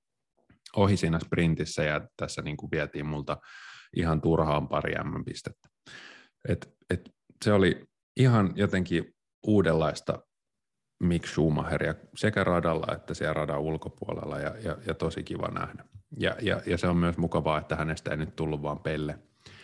Speaker 3: ohi siinä sprintissä ja tässä niin kuin vietiin multa ihan turhaan pari M M-pistettä. Et, et se oli ihan jotenkin uudenlaista Mick Schumacheria sekä radalla että siellä radan ulkopuolella ja, ja, ja tosi kiva nähdä. Ja, ja, ja se on myös mukavaa, että hänestä ei nyt tullut vaan pelle,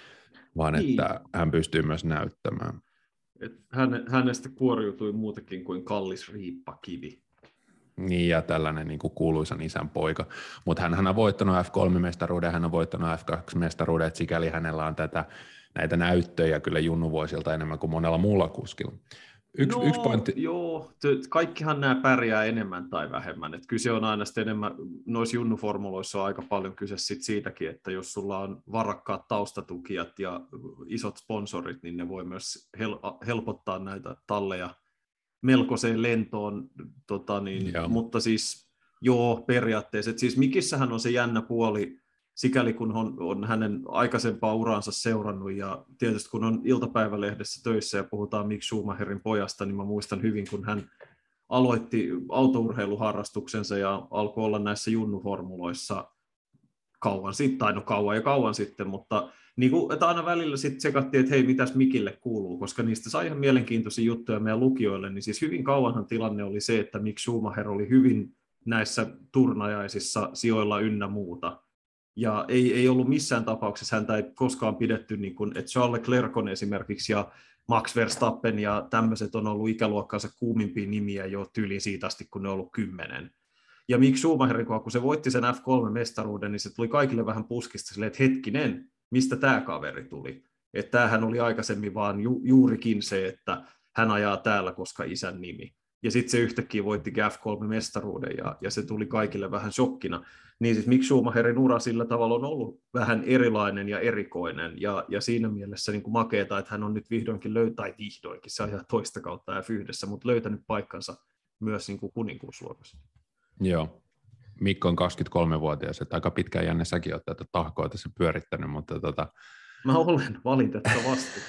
Speaker 3: vaan niin, että hän pystyy myös näyttämään.
Speaker 2: Et häne, hänestä kuoriutui muutakin kuin kallis riippakivi.
Speaker 3: Niin, ja tällainen niin kuin kuuluisan isän poika. Mutta hän on voittanut F kolme -mestaruuden, hän on voittanut F kaksi -mestaruuden, että sikäli hänellä on tätä, näitä näyttöjä kyllä junnuvuosilta enemmän kuin monella muulla kuskilla. Yksi,
Speaker 2: no,
Speaker 3: yksi pointti.
Speaker 2: Joo, kaikkihan nämä pärjää enemmän tai vähemmän. Et kyse on aina enemmän, noissa junnuformuloissa on aika paljon kyse sit siitäkin, että jos sulla on varakkaat taustatukijat ja isot sponsorit, niin ne voi myös hel- helpottaa näitä talleja melkoiseen lentoon. Tota niin, mutta siis joo, periaatteessa. Et siis Mikissähän on se jännä puoli, sikäli kun on, on hänen aikaisempaa uraansa seurannut, ja tietysti kun on iltapäivälehdessä töissä ja puhutaan Mick Schumacherin pojasta, niin mä muistan hyvin, kun hän aloitti autourheiluharrastuksensa ja alkoi olla näissä junnuformuloissa kauan sitten, tai no kauan ja kauan sitten, mutta niin kuin, että aina välillä sitten sekattiin, että hei, mitäs Mikille kuuluu, koska niistä sai ihan mielenkiintoisia juttuja meidän lukijoille, niin siis hyvin kauanhan tilanne oli se, että Mick Schumacher oli hyvin näissä turnajaisissa sijoilla ynnä muuta. Ja ei, ei ollut missään tapauksessa, häntä ei koskaan pidetty, niin kuin, että Charles Leclerc on esimerkiksi ja Max Verstappen ja tämmöiset on ollut ikäluokkansa kuumimpia nimiä jo tyyliin siitä asti, kun ne on ollut kymmenen. Ja Mick Schumacher, kun se voitti sen F kolme -mestaruuden, niin se tuli kaikille vähän puskista silleen, että hetkinen, mistä tämä kaveri tuli. Että tämähän oli aikaisemmin vaan ju, juurikin se, että hän ajaa täällä, koska isän nimi. Ja sitten se yhtäkkiä voitti F kolme -mestaruuden ja, ja se tuli kaikille vähän shokkina. Niin siis Mick Schumacherin ura sillä tavalla on ollut vähän erilainen ja erikoinen, ja, ja siinä mielessä niin kuin makeeta, että hän on nyt vihdoinkin löytänyt, tai vihdoinkin, se ajaa toista kautta F yhdessä, mutta löytänyt paikkansa myös niin kuin kuninkuusluokassa.
Speaker 3: Joo, Mikko on kaksikymmentäkolmevuotias, että aika pitkään jänne säkin olet tätä tahkoa tässä pyörittänyt, mutta tota...
Speaker 2: Mä olen valitettavasti.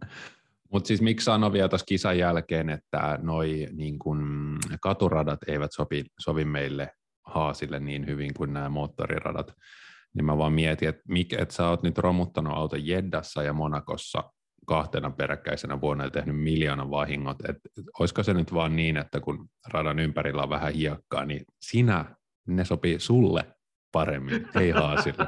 Speaker 3: Mutta siis Mick sanoi vielä tuossa kisan jälkeen, että noi niin kun, katuradat eivät sovi, sovi meille Haasille niin hyvin kuin nämä moottoriradat, niin mä vaan mietin, että Mick, että sä oot nyt romuttanut auton Jeddassa ja Monakossa kahtena peräkkäisenä vuonna ja tehnyt miljoonan vahingot, että olisiko se nyt vaan niin, että kun radan ympärillä on vähän hiekkaa, niin sinä, ne sopii sulle paremmin, ei Haasille.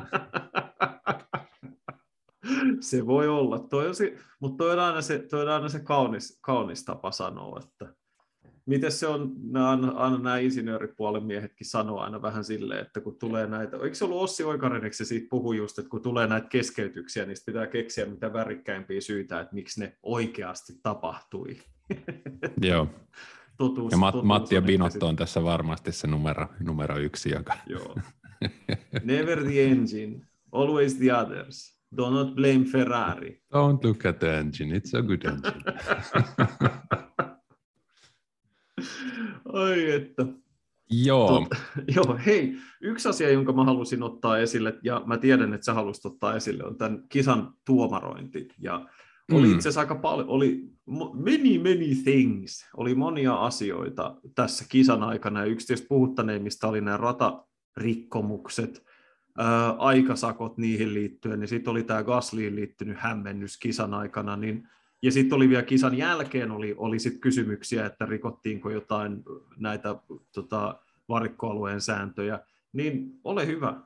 Speaker 2: Se voi olla, toi on se, mutta toi on aina se, toi on aina se kaunis, kaunis tapa sanoa, että miten se on, aina, aina nämä insinööripuolen miehetkin sanoo aina vähän silleen, että kun tulee näitä, eikö se ollut Ossi Oikarinen, se siitä puhui just, että kun tulee näitä keskeytyksiä, niin pitää keksiä mitä värikkäimpiä syitä, että miksi ne oikeasti tapahtui.
Speaker 3: Joo.
Speaker 2: Totuus,
Speaker 3: ja Mat-
Speaker 2: totuus
Speaker 3: Matti ja
Speaker 2: on
Speaker 3: Binotto on tässä varmasti se numero, numero yksi. Joka...
Speaker 2: Joo. Never the engine, always the others. Do not blame Ferrari.
Speaker 3: Don't look at the engine, it's a good engine.
Speaker 2: Ai että.
Speaker 3: Joo.
Speaker 2: Tot, joo, hei, yksi asia, jonka mä halusin ottaa esille, ja mä tiedän, että sä halusit ottaa esille, on tämän kisan tuomarointi. Ja oli mm. itse asiassa aika paljon, oli many, many things, oli monia asioita tässä kisan aikana, ja yksi tietysti puhuttaneimmista oli nämä ratarikkomukset, ää, aikasakot niihin liittyen, ja sitten oli tämä Gaslyin liittynyt hämmennys kisan aikana, niin ja sitten oli vielä kisan jälkeen oli, oli sit kysymyksiä, että rikottiinko jotain näitä tota, varikkoalueen sääntöjä, niin ole hyvä.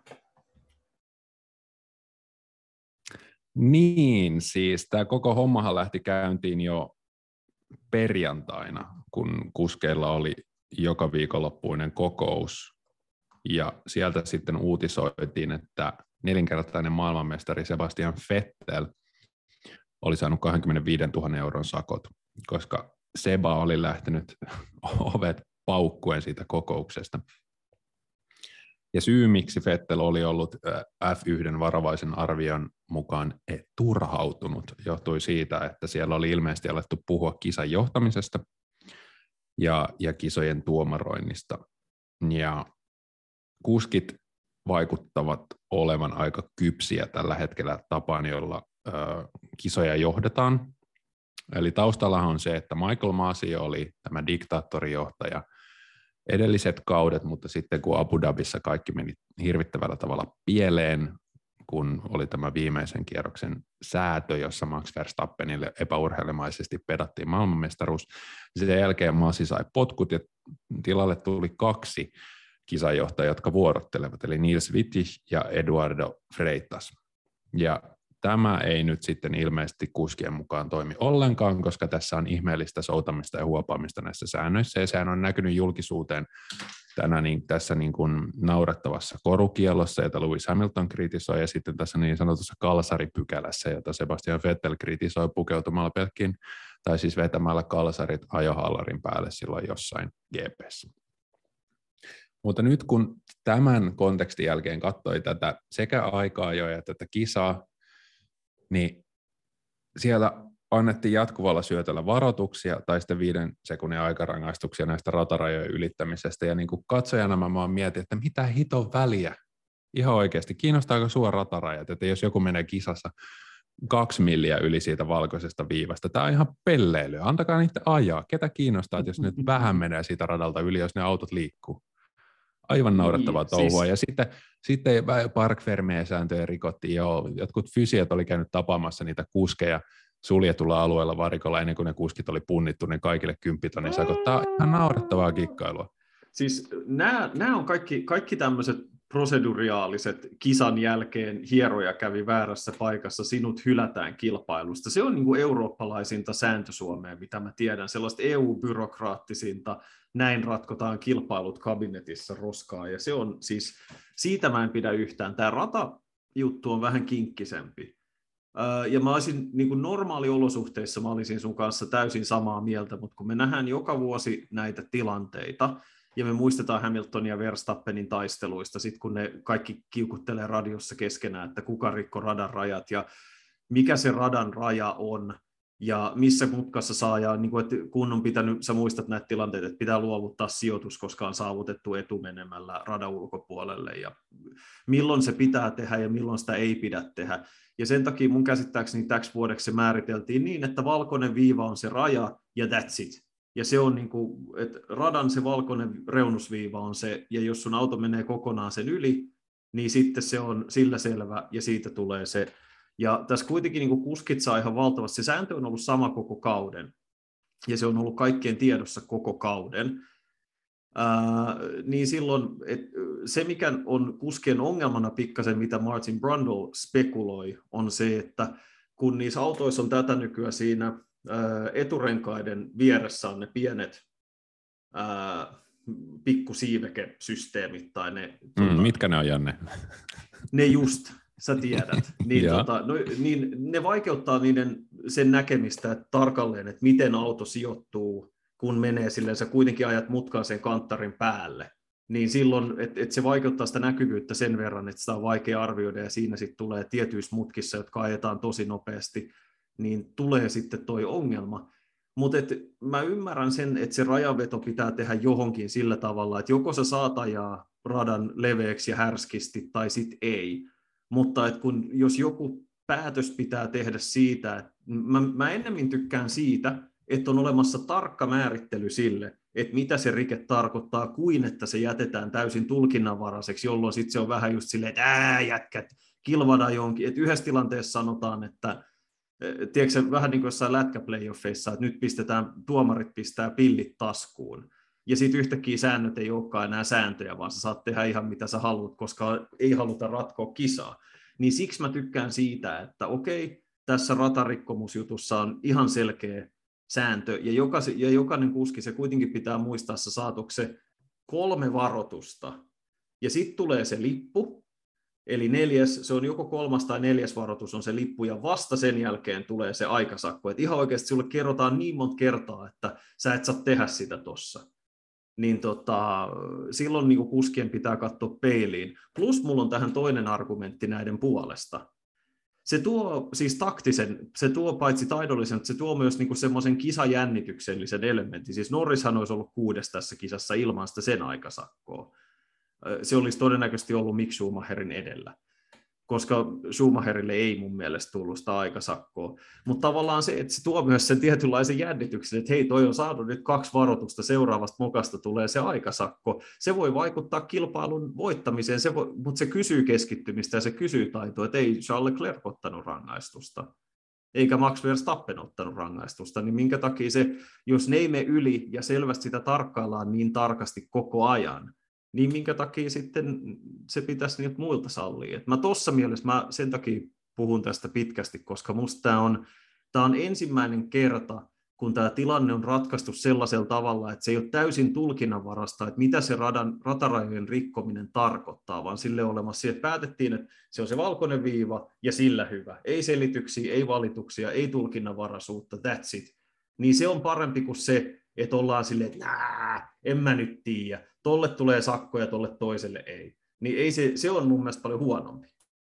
Speaker 3: Niin, siis tämä koko hommahan lähti käyntiin jo perjantaina, kun kuskeilla oli joka viikonloppuinen kokous, ja sieltä sitten uutisoitiin, että nelinkertainen maailmanmestari Sebastian Vettel oli saanut kaksikymmentäviisituhatta euron sakot, koska Seba oli lähtenyt ovet paukkuen siitä kokouksesta. Ja syy, miksi Vettel oli ollut F yksi varovaisen arvion mukaan turhautunut, johtui siitä, että siellä oli ilmeisesti alettu puhua kisan johtamisesta ja, ja kisojen tuomaroinnista. Ja kuskit vaikuttavat olevan aika kypsiä tällä hetkellä tapaan, jolla ö, kisoja johdetaan. Eli taustallahan on se, että Michael Masi oli tämä diktaattorijohtaja edelliset kaudet, mutta sitten kun Abu Dhabissa kaikki meni hirvittävällä tavalla pieleen, kun oli tämä viimeisen kierroksen säätö, jossa Max Verstappenille epäurheilemaisesti pedattiin maailmanmestaruus, sen jälkeen Masi sai potkut ja tilalle tuli kaksi kisajohtajaa, jotka vuorottelevat, eli Nils Wittich ja Eduardo Freitas. Ja tämä ei nyt sitten ilmeisesti kuskien mukaan toimi ollenkaan, koska tässä on ihmeellistä soutamista ja huopaamista näissä säännöissä, ja sehän on näkynyt julkisuuteen tänä, niin, tässä niin kuin naurettavassa korukielossa, jota Lewis Hamilton kritisoi, ja sitten tässä niin sanotussa kalsaripykälässä, jota Sebastian Vettel kritisoi pukeutumalla pelkkiin, tai siis vetämällä kalsarit ajohallarin päälle silloin jossain G P:ssä. Mutta nyt kun tämän kontekstin jälkeen katsoi tätä sekä aikaa-ajoja että tätä kisaa, niin siellä annettiin jatkuvalla syötöllä varoituksia tai sitten viiden sekunnin aikarangaistuksia näistä ratarajojen ylittämisestä. Ja niin kuin katsojana mä vaan mietin, että mitä hiton väliä ihan oikeasti, kiinnostaako sua ratarajat, että jos joku menee kisassa kaksi milliä yli siitä valkoisesta viivasta, tämä on ihan pelleilyä, antakaa niitä ajaa, ketä kiinnostaa, että jos nyt vähän menee siitä radalta yli, jos ne autot liikkuu. Aivan naurettavaa niin, touhua. Siis... Ja sitten, sitten Parc Fermé-sääntöjä rikottiin. Joo, jotkut fysiat oli käynyt tapaamassa niitä kuskeja suljetulla alueella varikolla ennen kuin ne kuskit oli punnittu, niin kaikille kymppitonnin sakot. Tämä on ihan naurettavaa kikkailua.
Speaker 2: Siis nämä, nämä on kaikki, kaikki tämmöiset proseduriaaliset kisan jälkeen hieroja kävi väärässä paikassa, sinut hylätään kilpailusta. Se on niin kuin eurooppalaisinta sääntösuomea, mitä mä tiedän, sellaista E U-byrokraattisinta, näin ratkotaan kilpailut kabinetissa roskaa, ja se on siis, siitä mä en pidä yhtään. Tämä ratajuttu on vähän kinkkisempi. Ja mä olisin niin kuin normaaliolosuhteissa, mä olisin sun kanssa täysin samaa mieltä, mutta kun me nähdään joka vuosi näitä tilanteita, ja me muistetaan Hamiltonin ja Verstappenin taisteluista, sit kun ne kaikki kiukuttelee radiossa keskenään, että kuka rikko radan rajat, ja mikä se radan raja on, ja missä mutkassa saa, ja niin kuin, että kun on pitänyt, sä muistat näitä tilanteita, että pitää luovuttaa sijoitus, koska on saavutettu etu menemällä radan ulkopuolelle, ja milloin se pitää tehdä, ja milloin sitä ei pidä tehdä. Ja sen takia mun käsittääkseni täksi vuodeksi se määriteltiin niin, että valkoinen viiva on se raja, ja that's it. Ja se on niin kuin, että radan se valkoinen reunusviiva on se, ja jos sun auto menee kokonaan sen yli, niin sitten se on sillä selvä, ja siitä tulee se. Ja tässä kuitenkin niin kuin kuskit saa ihan valtavasti. Se sääntö on ollut sama koko kauden, ja se on ollut kaikkien tiedossa koko kauden. Ää, niin silloin et, se, mikä on kuskien ongelmana pikkasen, mitä Martin Brundle spekuloi, on se, että kun niissä autoissa on tätä nykyään siinä ää, eturenkaiden vieressä on ne pienet ää, pikkusiivekesysteemit tai ne...
Speaker 3: Mm,
Speaker 2: tuota,
Speaker 3: mitkä ne on, Janne?
Speaker 2: Ne just, sä tiedät. Niin, tota, no, niin ne vaikeuttaa niiden sen näkemistä että tarkalleen, että miten auto sijoittuu, kun menee silleen, sä kuitenkin ajat mutkaan sen kanttarin päälle. Niin silloin, että et se vaikeuttaa sitä näkyvyyttä sen verran, että sitä on vaikea arvioida, ja siinä sitten tulee tietyissä mutkissa, jotka ajetaan tosi nopeasti, niin tulee sitten toi ongelma. Mutta mä ymmärrän sen, että se rajanveto pitää tehdä johonkin sillä tavalla, että joko sä saat ajaa radan leveäksi ja härskisti, tai sit ei. Mutta et kun, jos joku päätös pitää tehdä siitä, että mä, mä ennemmin tykkään siitä, että on olemassa tarkka määrittely sille, että mitä se rike tarkoittaa, kuin että se jätetään täysin tulkinnanvaraiseksi, jolloin sitten se on vähän just silleen, että ää, jätkät, kilvadaan johonkin. Että yhdessä tilanteessa sanotaan, että tiedätkö, vähän niin kuin jossain lätkäplayoffeissa, että nyt pistetään, tuomarit pistää pillit taskuun, ja sitten yhtäkkiä säännöt ei olekaan enää sääntöjä, vaan sä saat tehdä ihan mitä sä haluat, koska ei haluta ratkoa kisaa. Niin siksi mä tykkään siitä, että okei, tässä ratarikkomusjutussa on ihan selkeä sääntö, ja, jokais, ja jokainen kuski se kuitenkin pitää muistaa, sä saat se kolme varoitusta, ja sitten tulee se lippu, eli neljäs, se on joko kolmas tai neljäs varoitus on se lippu, ja vasta sen jälkeen tulee se aikasakko. Et ihan oikeasti sulle kerrotaan niin monta kertaa, että sä et saa tehdä sitä tossa. Niin tota, silloin niin kuskien pitää katsoa peiliin. Plus mulla on tähän toinen argumentti näiden puolesta. Se tuo siis taktisen, se tuo paitsi taidollisen, että se tuo myös niin semmoisen kisajännityksellisen elementin. Siis Norrishan olisi ollut kuudes tässä kisassa ilman sitä sen aikasakkoa. Se olisi todennäköisesti ollut Mick Schumacherin edellä, koska Schumacherille ei mun mielestä tullut sitä aikasakkoa. Mutta tavallaan se, että se tuo myös sen tietynlaisen jännityksen, että hei, toi on saanut nyt kaksi varoitusta, seuraavasta mokasta tulee se aikasakko. Se voi vaikuttaa kilpailun voittamiseen, se voi, mutta se kysyy keskittymistä ja se kysyy taitoa, että ei Charles Leclerc ottanut rangaistusta, eikä Max Verstappen ottanut rangaistusta, niin minkä takia se, jos ne ei mene yli ja selvästi sitä tarkkaillaan niin tarkasti koko ajan, niin minkä takia sitten se pitäisi niiltä muilta sallia. Et mä tuossa mielessä, mä sen takia puhun tästä pitkästi, koska musta tämä on, tää on ensimmäinen kerta, kun tämä tilanne on ratkaistu sellaisella tavalla, että se ei ole täysin tulkinnanvarasta, että mitä se radan, ratarajojen rikkominen tarkoittaa, vaan sille on olemassa, että päätettiin, että se on se valkoinen viiva ja sillä hyvä. Ei selityksiä, ei valituksia, ei tulkinnanvaraisuutta, that's it. Niin se on parempi kuin se, että ollaan silleen, että nää, en mä nyt tiedä, tolle tulee sakkoja, tolle toiselle ei. Niin ei se, se on mun mielestä paljon huonompi.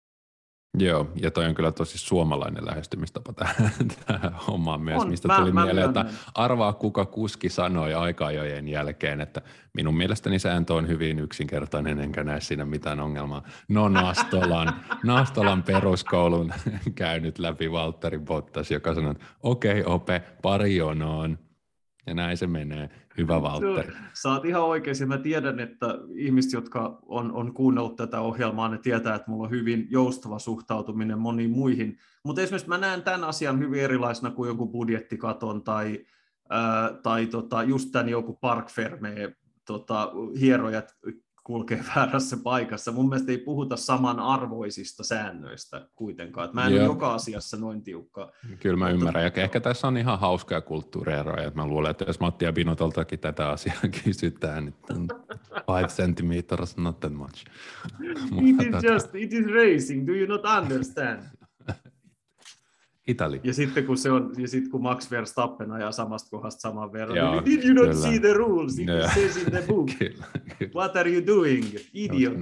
Speaker 3: Joo, ja toi on kyllä tosi suomalainen lähestymistapa tähän, tähän hommaan myös, on, mistä mä, tuli mä mieleen, että arvaa kuka kuski sanoi aika-ajojen jälkeen, että minun mielestäni sääntö on hyvin yksinkertainen, enkä näe siinä mitään ongelmaa. No Nastolan, Nastolan peruskoulun käynyt läpi Valtteri Bottas, joka sanoi, että okei okay, Ope, pari jonoon. Ja näin se menee. Hyvä Valtteri.
Speaker 2: Sä oot ihan oikein. Mä tiedän, että ihmiset, jotka on, on kuunnellut tätä ohjelmaa, ne tietää, että mulla on hyvin joustava suhtautuminen moniin muihin. Mutta esimerkiksi mä näen tämän asian hyvin erilaisena kuin jonkun budjettikaton tai, ää, tai tota, just tämän joku Parc Fermé tota, hierojat kulkee väärässä paikassa. Mun mielestä ei puhuta samanarvoisista säännöistä kuitenkaan. Et mä en ole joka asiassa noin tiukka.
Speaker 3: Kyllä mä ymmärrän. Ja ehkä tässä on ihan hauskoja kulttuurieroja. Mä luulen, että jos Matti ja Binotoltakin tätä asiaa kysytään, niin five centimeters, not that much.
Speaker 2: It is just, it is racing. Do you not understand?
Speaker 3: Italy.
Speaker 2: Ja sitten kun, se on, ja sitten kun Max Verstappen ajaa samasta kohdasta saman verran,
Speaker 3: Joo,
Speaker 2: niin, did you not
Speaker 3: kyllä.
Speaker 2: see the rules? It
Speaker 3: No.
Speaker 2: says in the book.
Speaker 3: Kyllä, kyllä.
Speaker 2: What are you doing, idiot?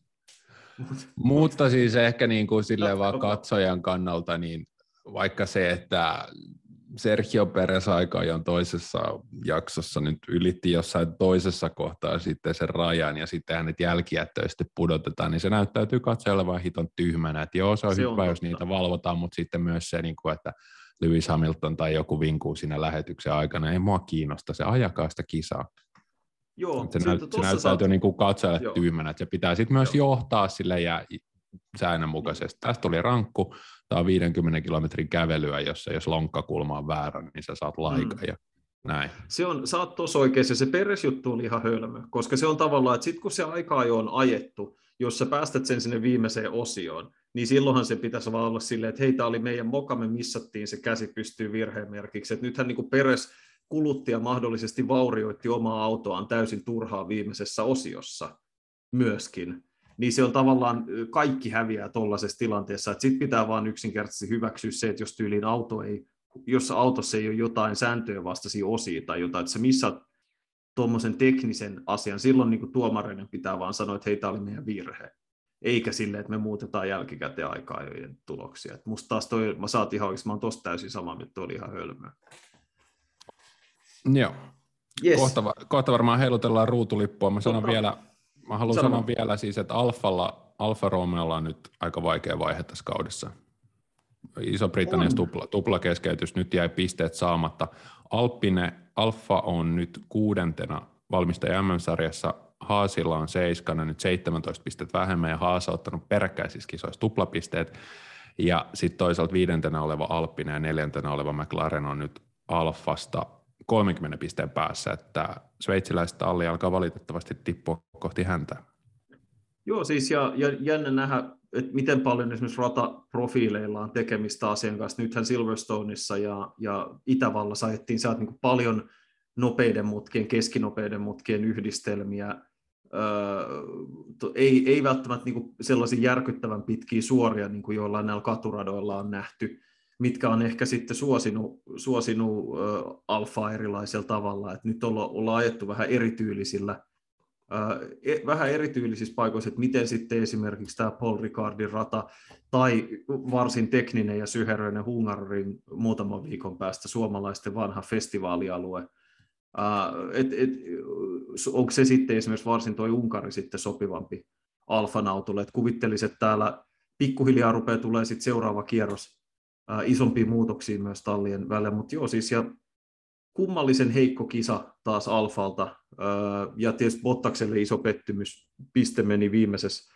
Speaker 3: Mutta siis ehkä niin kuin silleen
Speaker 2: No,
Speaker 3: vaan
Speaker 2: no.
Speaker 3: katsojan kannalta, niin vaikka se, että Sergio Perez aika-ajan toisessa jaksossa nyt ylitti jossain toisessa kohtaa sitten sen rajan ja sitten hänet jälkijättöisesti pudotetaan, niin se näyttäytyy katsojalle vaan hiton tyhmänä, että joo, se on
Speaker 2: Se
Speaker 3: hyvä,
Speaker 2: on
Speaker 3: jos
Speaker 2: totta.
Speaker 3: niitä valvotaan, mutta sitten myös se, niin kuin, että Lewis Hamilton tai joku vinkuu siinä lähetyksen aikana, ei mua kiinnosta, se ajakaa sitä kisaa.
Speaker 2: Joo,
Speaker 3: Se,
Speaker 2: sitten
Speaker 3: näyt, se
Speaker 2: tossa
Speaker 3: näyttäytyy
Speaker 2: saat-
Speaker 3: niin kuin katsojalle
Speaker 2: Joo.
Speaker 3: tyhmänä, että se pitää sitten myös
Speaker 2: Joo.
Speaker 3: johtaa sille ja säännönmukaisesti. Tästä tuli rankku, tämä on viidenkymmenen kilometrin kävelyä, jossa jos lonkkakulma on väärä, niin sä saat laikan
Speaker 2: Mm.
Speaker 3: ja näin.
Speaker 2: Se on, sä oot tuossa oikeassa, se Peres-juttu oli ihan hölmö, koska se on tavallaan, että sit kun se aika-ajo on ajettu, jos sä päästät sen sinne viimeiseen osioon, niin silloinhan se pitäisi vaan olla silleen, että hei, tää oli meidän moka, me missattiin, se käsi pystyy virheen merkiksi. Et nythän niin kuin Peres, kuluttaja mahdollisesti vaurioitti omaa autoaan täysin turhaan viimeisessä osiossa myöskin, niin se on tavallaan, kaikki häviää tuollaisessa tilanteessa, että sitten pitää vaan yksinkertaisesti hyväksyä se, että jos tyyliin auto ei, jos autossa ei ole jotain sääntöjä vastaisia osia tai jotain, että sä missaat tuommoisen teknisen asian, silloin niin kuin tuomareiden pitää vaan sanoa, että hei, tämä oli meidän virhe, eikä silleen, että me muutetaan jälkikäteen aika-ajojen tuloksia. Et musta taas toi, mä saatiin ihan oikeasti, mä oon tosta täysin samaa, että toi oli ihan hölmöä.
Speaker 3: Joo. Yes. Kohta, kohta varmaan heilutellaan ruutulippua. Mä sanon vielä, mä haluan Sano. sanoa vielä siis, että Alfalla, Alfa Romeolla on nyt aika vaikea vaihe tässä kaudessa. Iso-Britanniassa tupla, tuplakeskeytys, nyt jäi pisteet saamatta. Alpine, Alfa on nyt kuudentena valmistaja M M-sarjassa, Haasilla on seiskana nyt seitsemäntoista pistettä vähemmän, ja Haas on ottanut peräkkäisissä kisoissa tuplapisteet, ja sitten toisaalta viidentenä oleva Alpine ja neljäntenä oleva McLaren on nyt Alfasta kolmenkymmenen pisteen päässä, että sveitsiläistä talli alkaa valitettavasti tippua kohti häntä.
Speaker 2: Joo, siis ja, ja jännä nähdä, että miten paljon esimerkiksi rataprofiileilla on tekemistä asian kanssa. Nythän Silverstoneissa ja, ja Itävallassa ajettiin sieltä niin kuin paljon nopeiden mutkien, keskinopeiden mutkien yhdistelmiä. Öö, to, ei, ei välttämättä niin kuin sellaisia järkyttävän pitkiä suoria, niin kuin joillain näillä katuradoilla on nähty, mitkä on ehkä sitten suosinut, suosinut ö, alfaa erilaisella tavalla. Et nyt olla, ollaan ajettu vähän erityylisillä, ö, vähän erityylisissä paikoissa, että miten sitten esimerkiksi tämä Paul Ricardin rata tai varsin tekninen ja syheröinen Hungarorin muutaman viikon päästä suomalaisten vanha festivaalialue. Uh, et, et, onko se sitten esimerkiksi varsin tuo Unkari sitten sopivampi Alfan autolle? Et kuvittelisi, että täällä pikkuhiljaa rupeaa tulee sitten seuraava kierros uh, isompia muutoksia myös tallien välillä, mutta joo siis ja kummallisen heikko kisa taas Alfalta uh, ja tietysti Bottakselle iso pettymys, piste meni viimeisessä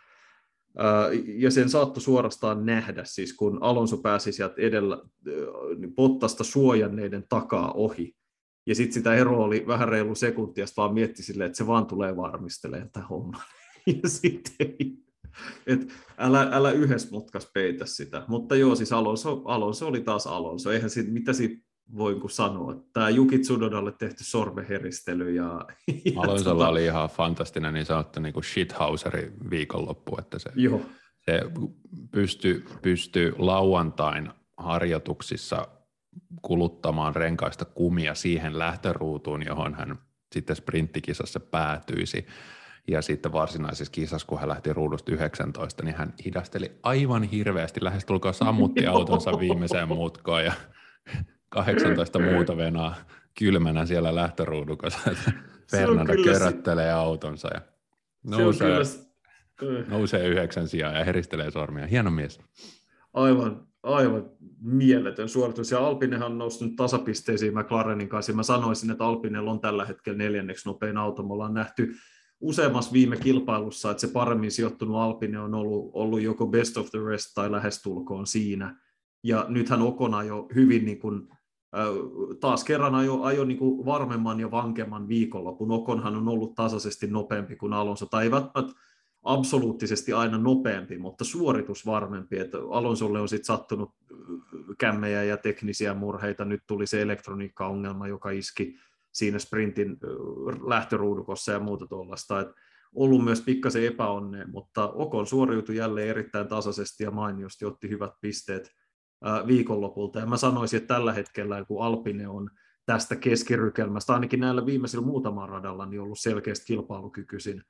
Speaker 2: uh, ja sen saattoi suorastaan nähdä siis kun Alonso pääsi sieltä edellä uh, Bottasta suojanneiden takaa ohi. Ja sitten sitä eroa oli vähän reilu sekuntia, sitten vaan mietti silleen, että se vaan tulee varmistelemaan tätä hommaa. Ja sitten ei. Et älä, älä yhdessä mutkas peitä sitä. Mutta joo, siis Alonso, Alonso oli taas Alonso. Eihän siitä, mitä siitä voi sanoa. Tämä Yuki Tsunodalle tehty sormeheristely. Ja, ja
Speaker 3: Alonsolla tota... oli ihan fantastinen niin sanottu niin kuin shithauseri viikonloppu. Että se,
Speaker 2: joo.
Speaker 3: se pystyi pysty lauantain harjoituksissa kuluttamaan renkaista kumia siihen lähtöruutuun, johon hän sitten sprinttikisassa päätyisi. Ja sitten varsinaisessa kisassa, kun hän lähti ruudusta yhdeksäntoista, niin hän hidasteli aivan hirveästi, lähestulkoon sammutti autonsa viimeiseen mutkoon ja kahdeksantoista muuta venaa kylmänä siellä lähtöruudukossa. Fernando köröttelee se... autonsa ja nousee, kyllä... nousee yhdeksän sijaan ja heristelee sormia. Hieno mies.
Speaker 2: Aivan. Aivan mieletön suoritus, ja Alpinehan on noussut tasapisteisiin McLarenin kanssa, ja mä sanoisin, että Alpinella on tällä hetkellä neljänneksi nopein auto. Me ollaan nähty useammassa viime kilpailussa, että se paremmin sijoittunut Alpine on ollut, ollut joko best of the rest tai lähestulkoon siinä, ja nythän Ocon ajoi hyvin, niin kuin, äh, taas kerran ajoi ajo niin kuin varmemman ja vankemman viikonlopun. Oconhan on ollut tasaisesti nopeampi kuin Alonso, tai ei välttämättä absoluuttisesti aina nopeampi, mutta suoritus varmempi. Että Alonsolle on sitten sattunut kämmejä ja teknisiä murheita. Nyt tuli se elektroniikka-ongelma, joka iski siinä sprintin lähtöruudukossa ja muuta tuollaista. Että ollut myös pikkasen epäonneen, mutta Ocon suoriutui jälleen erittäin tasaisesti ja mainiosti, otti hyvät pisteet viikonlopulta. Ja mä sanoisin, että tällä hetkellä, kun Alpine on tästä keskirykelmästä, ainakin näillä viimeisillä muutamalla radalla, niin ollut selkeästi kilpailukykyisin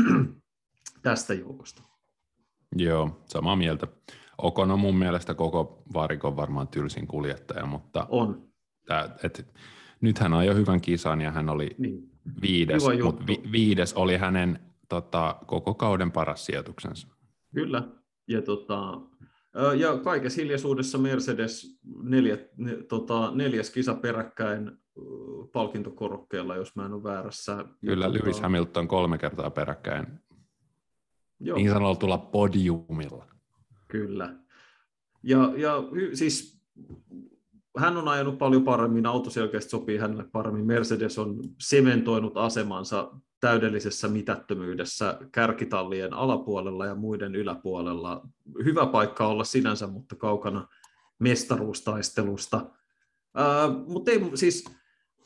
Speaker 2: tästä joukosta.
Speaker 3: Joo, samaa mieltä. Ocon on mun mielestä koko varikon varmaan tylsin kuljettaja, mutta
Speaker 2: on.
Speaker 3: Tää, et, nyt hän ajoi hyvän kisan ja hän oli niin. viides, mutta vi, viides oli hänen tota, koko kauden paras sijoituksensa.
Speaker 2: Kyllä, ja, tota, ja kaikessa hiljaisuudessa Mercedes neljä, ne, tota, neljäs kisa peräkkäin palkintokorokkeella, jos mä en ole väärässä.
Speaker 3: Kyllä, ja, Lewis tota, Hamilton kolme kertaa peräkkäin.
Speaker 2: Joo.
Speaker 3: Niin sanotulla podiumilla.
Speaker 2: Kyllä. Ja, ja siis hän on ajanut paljon paremmin, auto selkeästi sopii hänelle paremmin. Mercedes on sementoinut asemansa täydellisessä mitättömyydessä kärkitallien alapuolella ja muiden yläpuolella. Hyvä paikka olla sinänsä, mutta kaukana mestaruustaistelusta. Ää, mutta ei, siis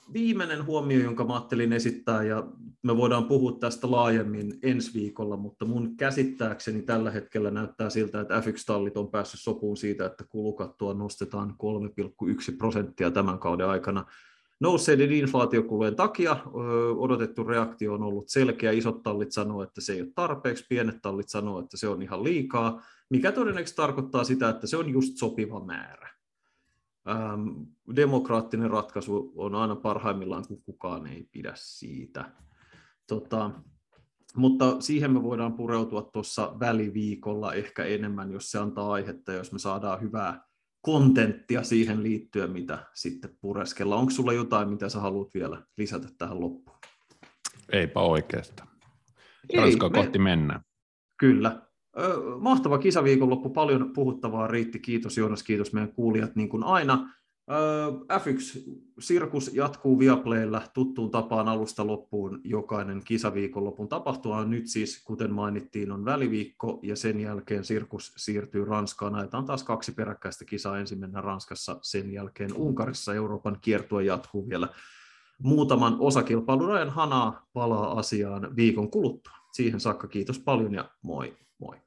Speaker 2: viimeinen huomio, jonka mä ajattelin esittää, ja me voidaan puhua tästä laajemmin ensi viikolla, mutta mun käsittääkseni tällä hetkellä näyttää siltä, että F yksi -tallit on päässyt sopuun siitä, että kulukattoa nostetaan kolme pilkku yksi prosenttia tämän kauden aikana. Nousseiden inflaatiokulujen takia odotettu reaktio on ollut selkeä. Isot tallit sanoo, että se ei ole tarpeeksi, pienet tallit sanoo, että se on ihan liikaa, mikä todennäköisesti tarkoittaa sitä, että se on just sopiva määrä. Ähm, demokraattinen ratkaisu on aina parhaimmillaan, kun kukaan ei pidä siitä. Tota, mutta siihen me voidaan pureutua tuossa väliviikolla ehkä enemmän, jos se antaa aihetta, jos me saadaan hyvää kontenttia siihen liittyen, mitä sitten pureskellaan. Onko sulla jotain, mitä sä haluat vielä lisätä tähän loppuun?
Speaker 3: Eipä oikeastaan. Ranskaa me... kohti mennään. Kyllä.
Speaker 2: Mahtava kisaviikonloppu, paljon puhuttavaa riitti. Kiitos Joonas, kiitos meidän kuulijat niin kuin aina. F yksi -sirkus jatkuu Viaplaylla tuttuun tapaan alusta loppuun jokainen kisaviikonlopun tapahtuma. Nyt siis, kuten mainittiin, on väliviikko ja sen jälkeen sirkus siirtyy Ranskaan. Näitä on taas kaksi peräkkäistä kisaa. Ensin mennään Ranskassa, sen jälkeen Unkarissa. Euroopan kiertue jatkuu vielä muutaman osakilpailun ajan. Hanaa palaa asiaan viikon kuluttua. Siihen saakka kiitos paljon ja moi moi.